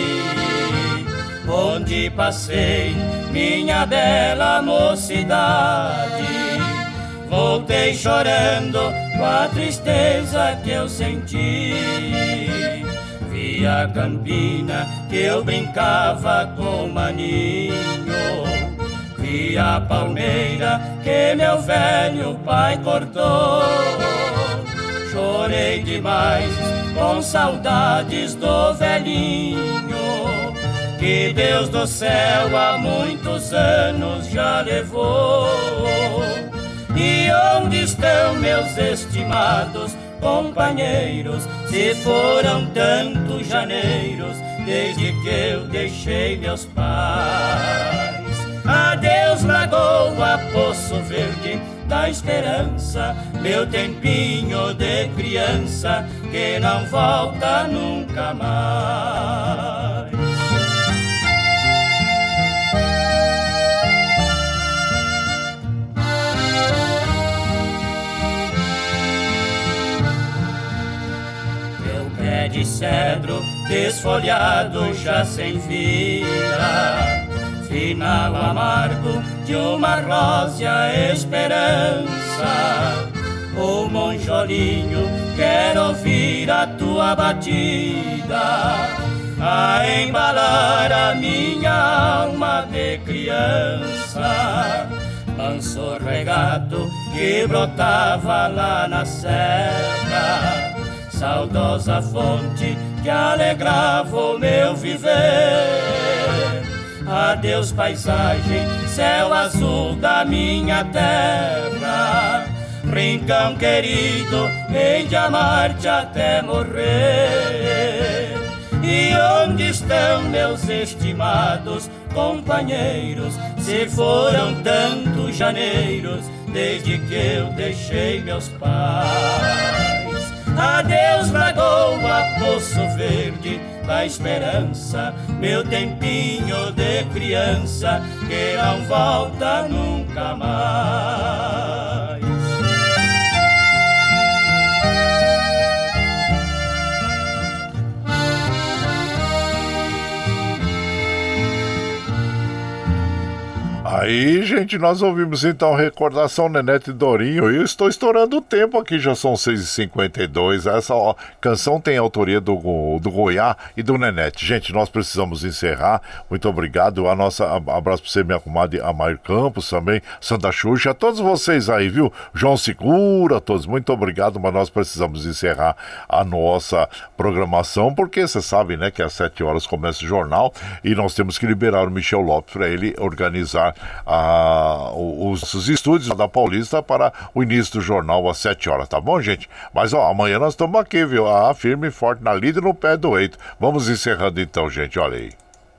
H: onde passei minha bela mocidade. Voltei chorando com a tristeza que eu senti, vi a campina que eu brincava com maninho, vi a palmeira que meu velho pai cortou. Chorei demais com saudades do velhinho, que Deus do céu há muitos anos já levou. E onde estão meus estimados companheiros? Se foram tantos janeiros desde que eu deixei meus pais. Adeus, Lagoa, Poço Verde da Esperança, meu tempinho de criança que não volta nunca mais. Meu pé de cedro desfolhado já sem vida, final amargo de uma rósea esperança. O monjolinho quer ouvir a tua batida, a embalar a minha alma de criança. Manso regato que brotava lá na serra, saudosa fonte que alegrava o meu viver. Adeus, paisagem, céu azul da minha terra, rincão querido, hei de amar-te até morrer. E onde estão meus estimados companheiros? Se foram tantos janeiros desde que eu deixei meus pais. Adeus, Lagoa, Poço Verde da Esperança, meu tempinho de criança que não volta nunca mais.
C: Aí, gente, nós ouvimos então recordação Nenete e Dorinho. Eu estou estourando o tempo aqui, já são 6h52. Essa canção tem autoria do Goiá e do Nenete. Gente, nós precisamos encerrar. Muito obrigado. Abraço para você, minha comadre Amair Campos também, Santa Xuxa, a todos vocês aí, viu? João Segura, todos, muito obrigado, mas nós precisamos encerrar a nossa programação, porque você sabe, né, que às 7 horas começa o jornal e nós temos que liberar o Michel Lopes para ele organizar os estúdios da Paulista para o início do jornal às 7 horas, tá bom, gente? Mas, amanhã nós estamos aqui, viu? Firme e forte na lida e no pé do eito. Vamos encerrando então, gente, olha aí.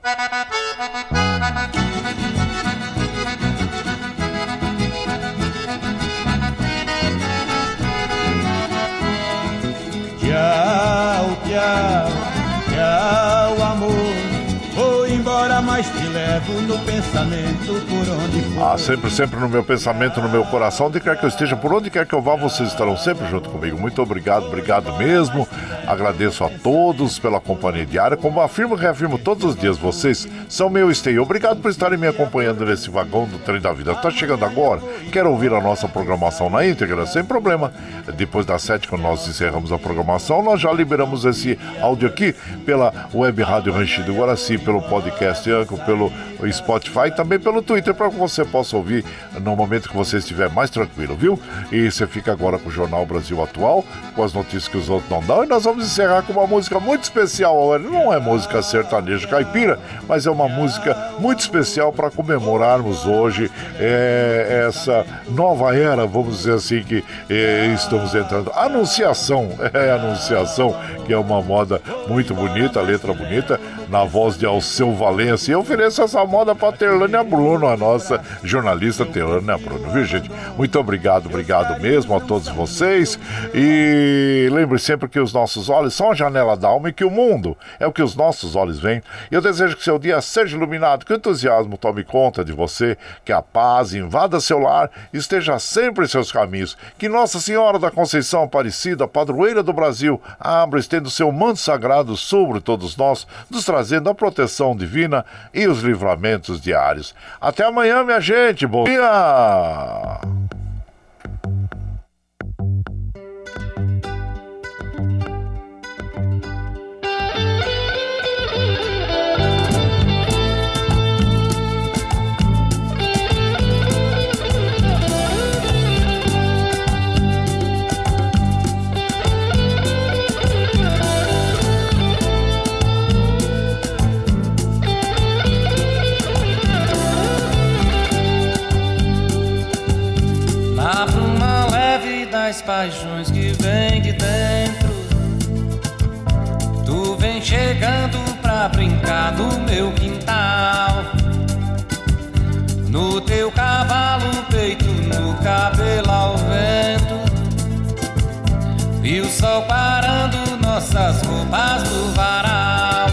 K: Tchau, tchau, tchau, amor. Vou embora, mas te levo no pensamento por onde for.
C: Sempre no meu pensamento, no meu coração. Onde quer que eu esteja, por onde quer que eu vá, vocês estarão sempre junto comigo. Muito obrigado mesmo. Agradeço a todos pela companhia diária. Como afirmo e reafirmo todos os dias, vocês são meu esteio. Obrigado por estarem me acompanhando nesse vagão do trem da vida. Está chegando agora? Quer ouvir a nossa programação na íntegra? Sem problema. Depois das 7, quando nós encerramos a programação, nós já liberamos esse áudio aqui pela Web Rádio Ranchido Guaraci, pelo podcast Anco, pelo Spotify e também pelo Twitter, para que você possa ouvir no momento que você estiver mais tranquilo, viu? E você fica agora com o Jornal Brasil Atual, com as notícias que os outros não dão, e nós vamos encerrar com uma música muito especial. Não é música sertaneja caipira, mas é uma música muito especial para comemorarmos hoje essa nova era, vamos dizer assim, que estamos entrando. Anunciação, que é uma moda muito bonita, letra bonita, na voz de Alceu Valença. E eu ofereço essa moda para Terlânia Bruno, a nossa jornalista Terlânia Bruno, viu, gente? Muito obrigado mesmo a todos vocês. E lembre sempre que os nossos olhos são a janela da alma e que o mundo é o que os nossos olhos veem. E eu desejo que seu dia seja iluminado, que o entusiasmo tome conta de você, que a paz invada seu lar e esteja sempre em seus caminhos. Que Nossa Senhora da Conceição Aparecida, padroeira do Brasil, abra, estenda o seu manto sagrado sobre todos nós, nos trazendo a proteção divina e os livramentos diários. Até amanhã, minha gente. Bom dia!
L: Das paixões que vem de dentro, tu vem chegando pra brincar no meu quintal, no teu cavalo peito, no cabelo ao vento, e o sol parando nossas roupas no varal,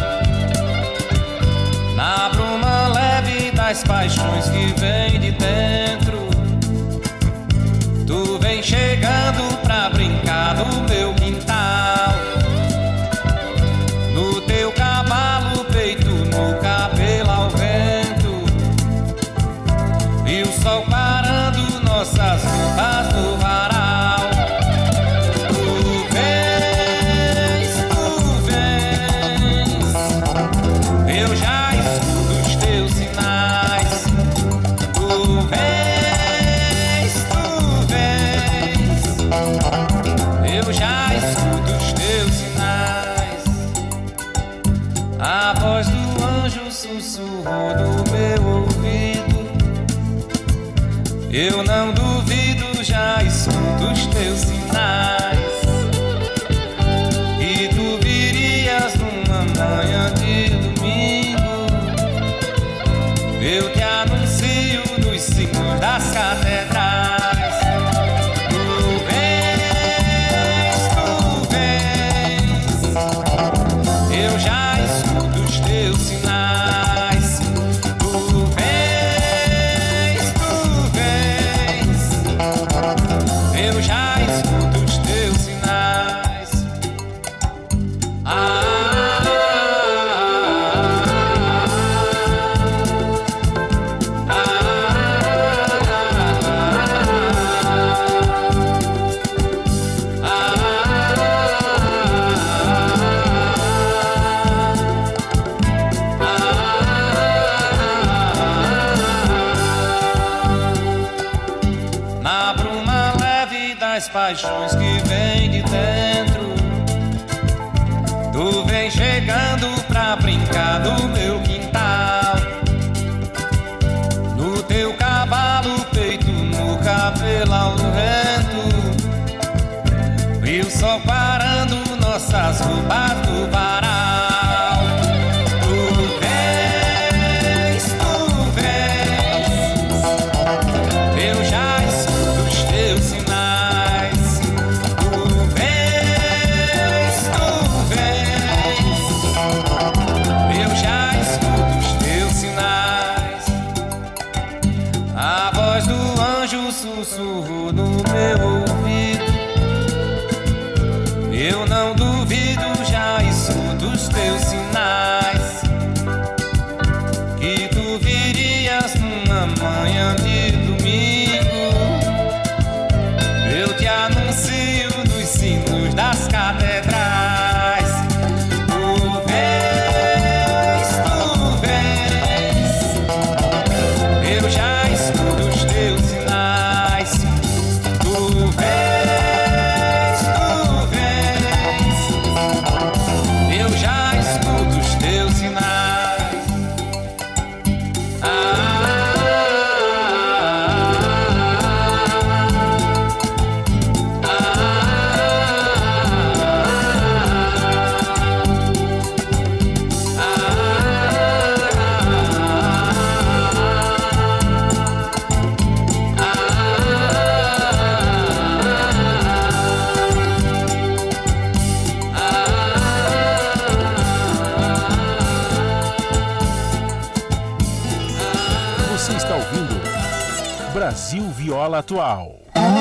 L: na bruma leve das paixões que vem de dentro. Tu vem chegando pra brincar no meu quintal, no teu cavalo peito, no cabelo ao vento, e o sol parando nossas roupas no varal. Tu vens, eu já escuto os teus sinais. Tu vens, eu já escuto os teus sinais. A voz do anjo sussurrou no meu ouvido. Eu não duvido, já escuto os teus sinais. E tu virias numa manhã de domingo. Eu te anuncio nos sinos das catedrais. Eu já escuto os teus sinais. Tu vens, eu já escuto os teus sinais. Paixões que vem de dentro, tu vem chegando pra brincar no meu quintal, no teu cavalo nossas roupas do varal. Tu vens, eu já escuto os teus sinais. Tu vens, eu já escuto os teus sinais. A voz do anjo sussurrou no meu ouvido. Eu não duvido, já escuto os teus sinais. Que tu virias numa manhã de domingo. Eu te anuncio nos sinos das catedrais. Tu vens, eu já escuto os teus sinais. Tu vens, eu já escuto os teus sinais.
A: Você está ouvindo Brasil Viola Atual.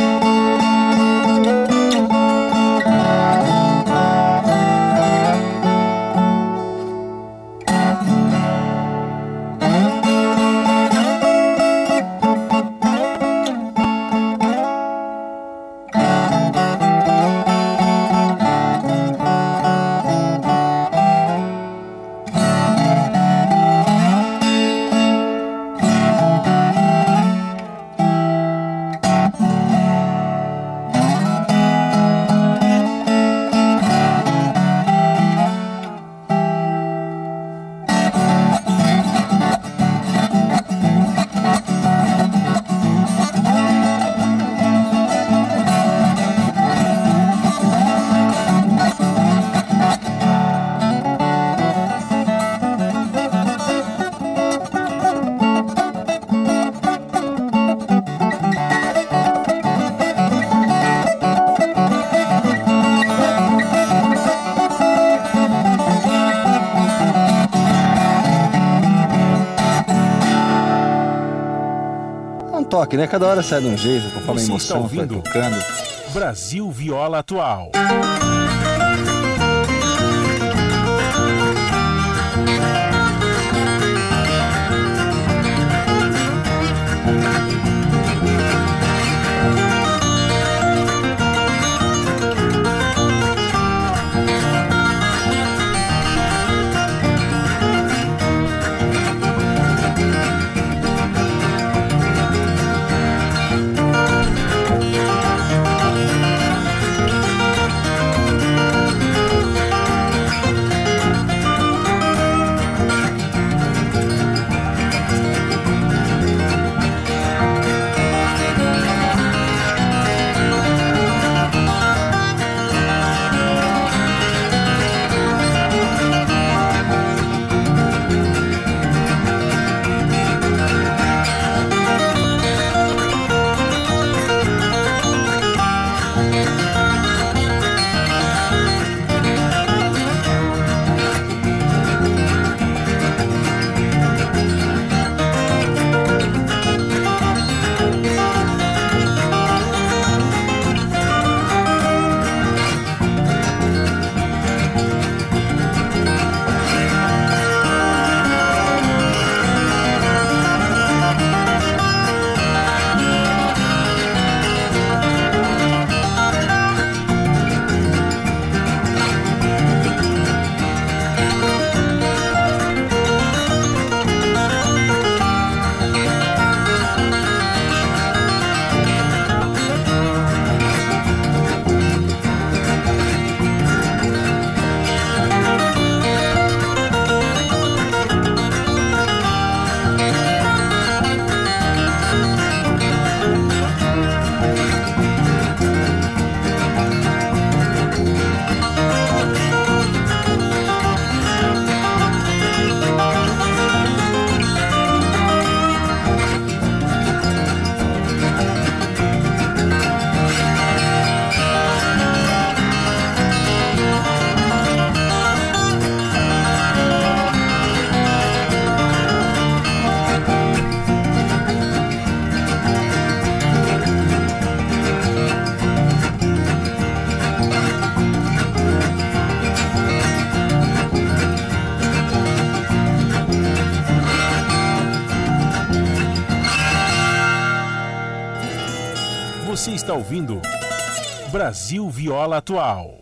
M: Toque, né? Cada hora sai de um jeito, conforme a
A: Você
M: emoção
A: está ouvindo
M: vai tocando.
A: Brasil Viola Atual. Você está ouvindo Brasil Viola Atual.